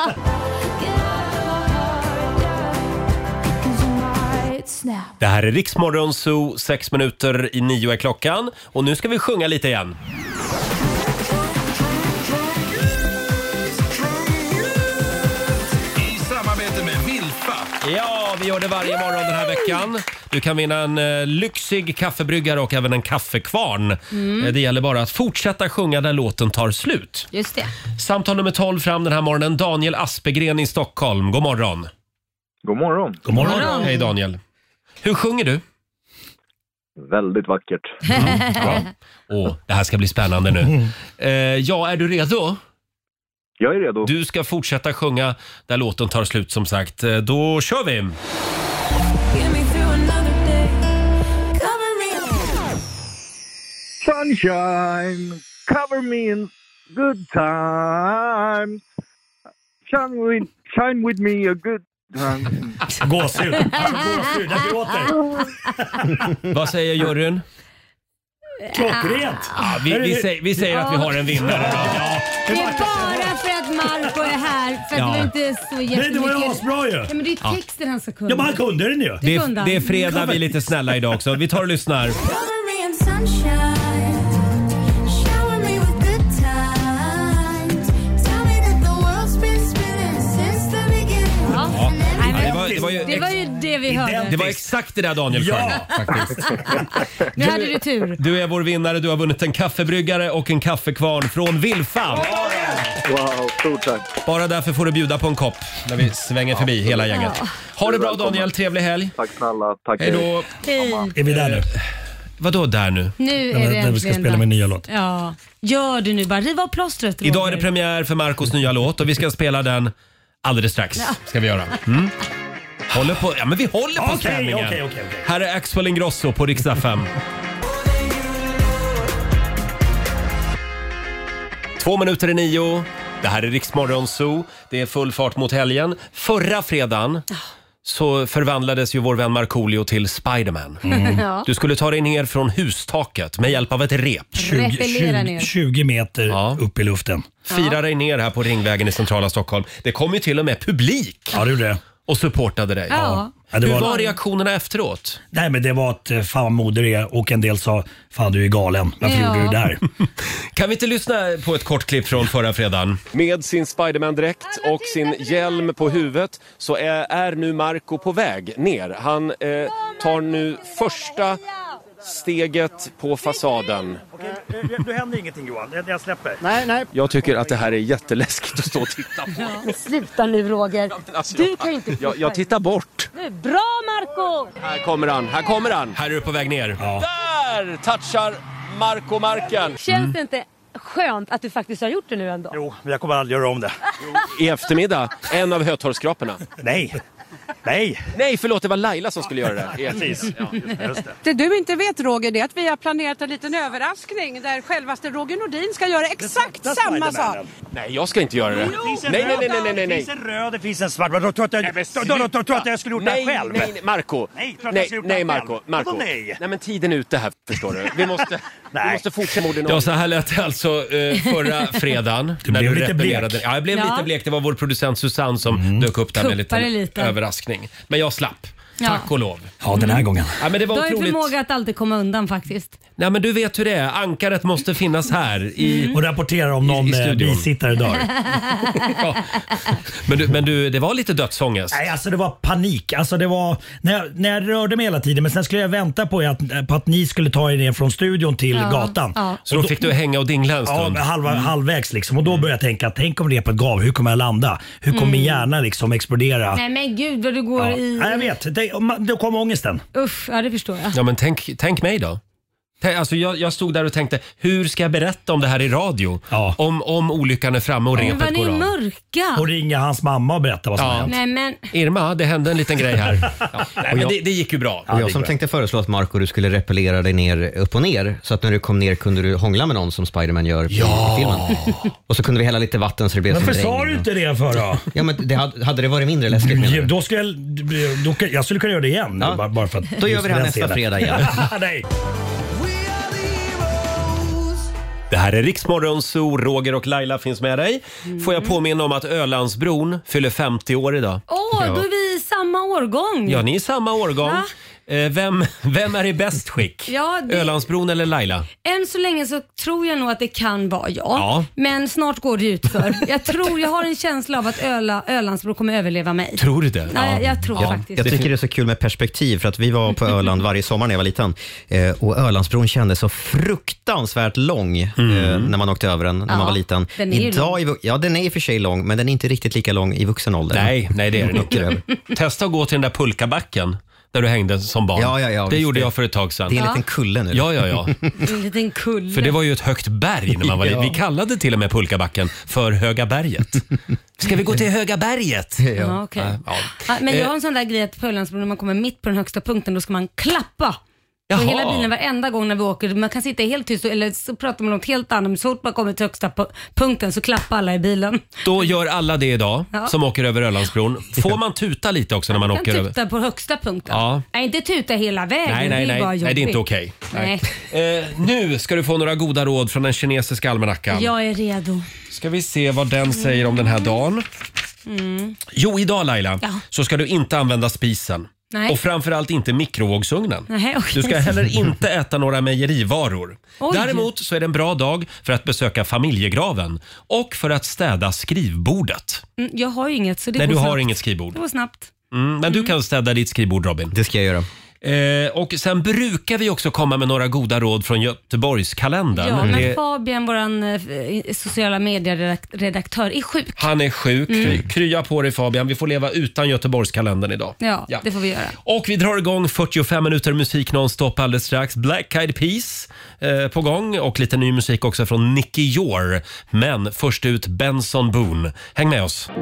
Det här är Riksmorgon Zoo, 6 minuter i 9 är klockan. Och nu ska vi sjunga lite igen. I samarbete med Vilfa. Ja, vi gör det varje morgon den här veckan. Du kan vinna en lyxig kaffebryggare och även en kaffekvarn. Det gäller bara att fortsätta sjunga där låten tar slut. Just det. Samtal nummer 12 fram den här morgonen. Daniel Aspegren i Stockholm. God morgon. God morgon. God morgon. Hej Daniel. Hur sjunger du? Väldigt vackert. Det här ska bli spännande nu. Är du redo? Jag är redo. Du ska fortsätta sjunga där låten tar slut som sagt. Då kör vi! Sunshine, cover me in good times. Shine with me a good time. Gåshud. Jag gråter. Vad säger juryn? Klockrent. Ja, vi säger att vi har en vinnare. Det är bara för att Marco är här. För att det var inte så jättemycket. Nej, det var ju asbra ju. Ja, men det är texten han ska kunna. Ja, men han kunde den ju. Det är fredag, vi är lite snälla idag också. Vi tar och lyssnar. Det var ju det vi hörde. Det var exakt det där Daniel sjöng, faktiskt. Nu hade du tur. Du är vår vinnare, du har vunnit en kaffebryggare och en kaffekvarn från Vilfa. Wow, stort tack. Bara därför får du bjuda på en kopp när vi svänger förbi hela gänget. Ha det bra Daniel, trevlig helg. Tack snälla, tack. Hej då. Är vi där nu? Vadå där nu? Nu är det äntligen. Vi ska spela min nya låt. Ja, gör du nu bara. Riva av plåstret, Roger. Idag är det premiär för Marcos nya låt och vi ska spela den alldeles strax. Ska vi göra. Håller på, ja men vi håller på spänningen. Okay. Här är Axel Ingrosso på Rix FM. 2 minuter i 9. Det här är Riksmorgon Zoo. Det är full fart mot helgen. Förra fredagen så förvandlades ju vår vän Markoolio till Spiderman. Du skulle ta dig ner från hustaket med hjälp av ett rep. 20 meter upp i luften. Fira dig ner här på Ringvägen i centrala Stockholm. Det kom ju till och med publik. Ja, det gjorde det. Och supportade dig. Ja. Hur var reaktionerna efteråt? Nej, men det var att fan moder är, och en del sa fan du är galen. Varför gjorde du det där? Kan vi inte lyssna på ett kort klipp från förra fredagen? Med sin Spiderman-dräkt och sin hjälm på huvudet så är nu Marco på väg ner. Han tar nu första steget på fasaden. Okej, du händer ingenting Johan, jag släpper. Nej. Jag tycker att det här är jätteläskigt att stå och titta på. Men sluta nu Roger. Du kan ju inte... Jag tittar bort. Bra Marco! Här kommer han. Här är du på väg ner. Ja. Där touchar Marco marken. Känns det inte skönt att du faktiskt har gjort det nu ändå? Jo, men jag kommer aldrig göra om det. I eftermiddag, en av Hötorgsskraporna. Nej, förlåt, det var Laila som skulle göra det. Precis. Ja, just det. Det du inte vet Roger, det är att vi har planerat en liten överraskning där självaste Roger Nordin ska göra exakt samma sak. Nej, jag ska inte göra det. Nej. Det finns en röd, det finns en svart. Då tror jag att jag skulle gjort det här själv. Nej, Marco. Nej, Marco. Nej, men tiden är ute här, förstår du. Vi måste fortsätta morden. Ja, så här lät det alltså förra fredagen. Du blev lite blek. Ja, jag blev lite blek. Det var vår producent Susanne som dök upp där med lite överraskning. Men jag slapp. Tack och lov. Ja, den här gången. Ja, men det var du har otroligt... ju förmåga att alltid komma undan faktiskt. Nej, men du vet hur det är. Ankaret måste finnas här och rapportera om någon bisittare dör. Ja. Men du, det var lite dödsångest. Nej, alltså det var panik. Alltså det var när jag rörde mig hela tiden, men sen skulle jag vänta på att ni skulle ta er ner från studion till gatan. Ja. Så då fick du hänga och dingla en stund. Ja, halvvägs liksom. Och då började jag tänka, tänk om det är på ett gav, hur kommer jag landa? Hur kommer min hjärna liksom explodera? Nej men gud vad du går i... Nej, jag vet. Då kom ångesten. Uff, ja det förstår jag. Ja, men tänk mig då. Alltså jag stod där och tänkte, hur ska jag berätta om det här i radio? Ja. Om olyckan är framme och repet går av. Men var ni mörka? Och ringa hans mamma och berätta vad som har hänt. Nej, men... Irma, det hände en liten grej här. Nej, men det gick ju bra. Och jag som tänkte föreslå att Marco, du skulle repellera dig ner upp och ner. Så att när du kom ner kunde du hångla med någon som Spiderman gör i filmen. Och så kunde vi hälla lite vatten så det blev som Varför regn. sa du inte det för då? Ja, men hade det varit mindre läskigt? Då skulle jag skulle kunna göra det igen. Ja. Bara för att då gör vi det här nästa fredag igen. Nej. Det här är Riksmorgon Zoo, Roger och Laila finns med dig. Får jag påminna om att Ölandsbron fyller 50 år idag. Då är vi i samma årgång. Ja, ni är i samma årgång. Vem är i bäst skick? Ölandsbron eller Laila? Än så länge så tror jag nog att det kan vara jag. Men snart går det ut för. Jag har en känsla av att Ölandsbron kommer överleva mig. Tror du det? Nej, jag tror faktiskt. Jag tycker det är så kul med perspektiv, för att vi var på Öland varje sommar när jag var liten. Och Ölandsbron kändes så fruktansvärt lång när man åkte över den när man var liten. Den är idag den är i och för sig lång, men den är inte riktigt lika lång i vuxen ålder. Nej, det är den inte. Testa att gå till den där pulkabacken där du hängde som barn. Ja, det gjorde jag för ett tag sedan. Det är en liten kulle nu. Ja. En liten kulle. För det var ju ett högt berg när man var liten. Vi kallade till och med pulkabacken för Höga berget. Ska vi gå till Höga berget? Ja, okej. Men jag har en sån där grej att på Ölandsbron, när man kommer mitt på den högsta punkten, då ska man klappa. På hela bilen varenda gång när vi åker. Man kan sitta helt tyst eller så pratar man om något helt annat. Men så fort man kommer till högsta punkten så klappar alla i bilen. Då gör alla det idag som åker över Ölandsbron. Får man tuta lite också när man åker över? Man kan tuta på högsta punkten. Ja. Nej, inte tuta hela vägen. Nej, det är bara jobbigt. det är inte okej. Nu ska du få några goda råd från den kinesiska almanackan. Jag är redo. Ska vi se vad den säger om den här dagen. Jo, idag Laila så ska du inte använda spisen. Nej. Och framförallt inte mikrovågsugnen. Nej, okay. Du ska heller inte äta några mejerivaror. Däremot så är det en bra dag för att besöka familjegraven och för att städa skrivbordet. Jag har ju inget, så det Nej, går du snabbt. har inget skrivbord. Det går snabbt. Men du kan städa ditt skrivbord, Robin. Det ska jag göra. Och sen brukar vi också komma med några goda råd från Göteborgskalendern. Ja, men Fabian, våran sociala medieredaktör, är sjuk. Han är sjuk. Krya på dig Fabian. Vi får leva utan Göteborgskalendern idag. Ja, det får vi göra. Och vi drar igång 45 minuter musik nonstop alldeles strax. Black Eyed Peas på gång och lite ny musik också från Nicky Jor. Men först ut Benson Boone. Häng med oss.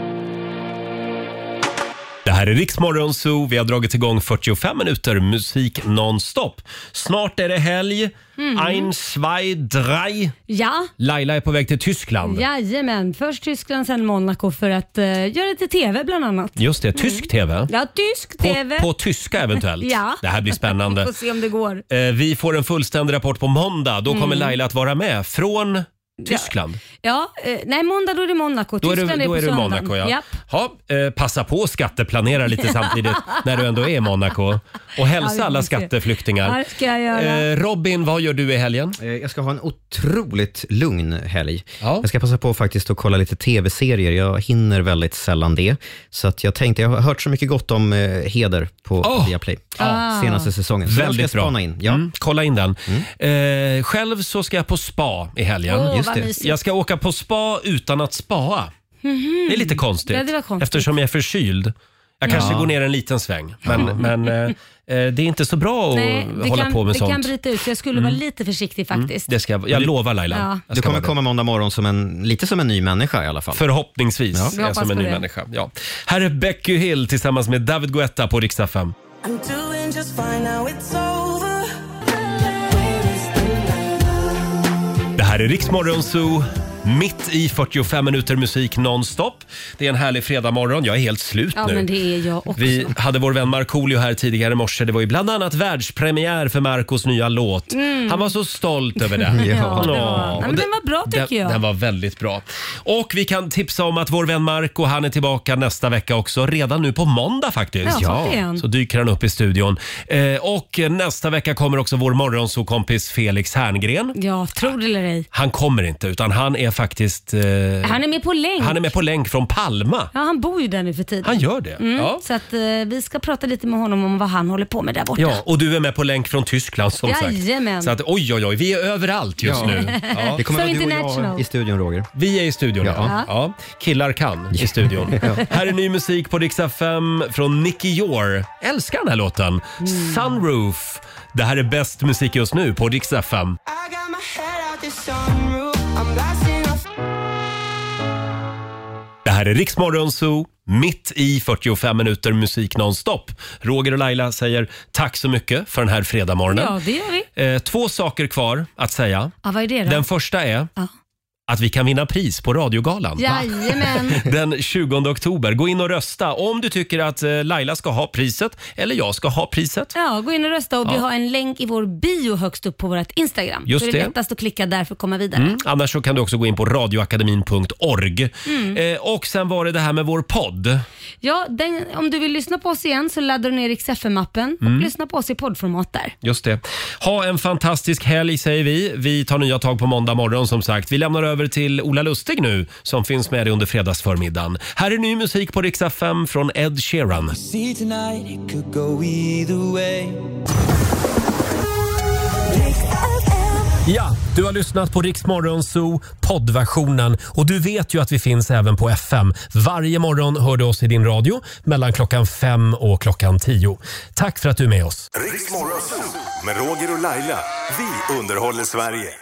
Det här är Riksmorgon Zoo. Vi har dragit igång 45 minuter musik nonstop. Snart är det helg. Ein, zwei, drei. Ja. Laila är på väg till Tyskland. Jajamän. Först Tyskland, sen Monaco för att göra lite TV bland annat. Just det, tysk TV. Ja, tysk TV. På tyska eventuellt. Ja. Det här blir spännande. Vi får se om det går. Vi får en fullständig rapport på måndag. Då kommer Laila att vara med från Tyskland? Ja, nej måndag då är det Monaco. Då är Tyskland det på söndagen. Monaco, ja. Japp. Passa på att skatteplanera lite samtidigt när du ändå är i Monaco. Och hälsa alla skatteflyktingar. Ja, det ska jag göra. Robin, vad gör du i helgen? Jag ska ha en otroligt lugn helg. Jag ska passa på faktiskt att kolla lite tv-serier. Jag hinner väldigt sällan det. Så att jag har hört så mycket gott om Heder på Viaplay. Senaste säsongen. Så väldigt jag ska spana in. Ja. Kolla in den. Själv så ska jag på spa i helgen. Just det. Jag ska åka på spa utan att spaa. Det är lite konstigt, Ja, det var konstigt. eftersom jag är förkyld. Jag kanske går ner en liten sväng. Men det är inte så bra att hålla på med sånt. Det kan bryta ut, så jag skulle vara lite försiktig faktiskt. Det ska jag lovar Laila. Ja. Du kommer komma måndag morgon lite som en ny människa i alla fall. Förhoppningsvis är jag som en ny människa. Ja. Här är Becky Hill tillsammans med David Guetta på Rix FM. Det här är Rix Morgon Zoo. Mitt i 45 minuter musik nonstop. Det är en härlig fredagmorgon. Jag är helt slut nu. Ja, men det är jag också. Vi hade vår vän Markoolio här tidigare i morse. Det var ju bland annat världspremiär för Marcos nya låt. Han var så stolt över den. Men den var bra tycker jag. Den var väldigt bra. Och vi kan tipsa om att vår vän Marco, han är tillbaka nästa vecka också. Redan nu på måndag faktiskt. Så dyker han upp i studion. Och nästa vecka kommer också vår morgonsokompis Felix Herngren. Ja, tror det eller ej. Han kommer inte, utan han är faktiskt... han är med på länk. Han är med på länk från Palma. Ja, han bor ju där nu för tiden. Han gör det. Ja. Så att vi ska prata lite med honom om vad han håller på med där borta. Ja, och du är med på länk från Tyskland som Jajamän. sagt. Så att oj, vi är överallt just nu. Ja. Det kommer vara du och jag i studion, Roger. Vi är i studion, ja. Killar kan i studion. Här är ny musik på Rix FM från Nicky Jor. Älskar den här låten. Sunroof. Det här är bäst musik just nu på Rix FM. Det här är Rix Morgon Zoo, mitt i 45 minuter musik nonstop. Roger och Laila säger tack så mycket för den här fredagmorgonen. Ja, det gör vi. 2 saker kvar att säga. Ja, vad är det då? Den första är att vi kan vinna pris på radiogalan. Jajamän. Den 20 oktober. Gå in och rösta om du tycker att Laila ska ha priset eller jag ska ha priset. Ja, gå in och rösta och vi har en länk i vår bio högst upp på vårt Instagram. Just så det är lättast att klicka där för att komma vidare. Annars så kan du också gå in på radioakademin.org. Och sen var det här med vår podd. Ja, om du vill lyssna på oss igen så laddar du ner Rix FM-appen och lyssna på oss i poddformat där. Just det. Ha en fantastisk helg säger vi. Vi tar nya tag på måndag morgon som sagt. Vi lämnar över till Ola Lustig nu som finns med dig under fredagsförmiddagen. Här är ny musik på Rix FM från Ed Sheeran. Ja, du har lyssnat på Rix Morgon Zoo poddversionen och du vet ju att vi finns även på FM. Varje morgon hör du oss i din radio mellan klockan 5 och klockan 10. Tack för att du är med oss. Rix Morgon Zoo med Roger och Laila. Vi underhåller Sverige.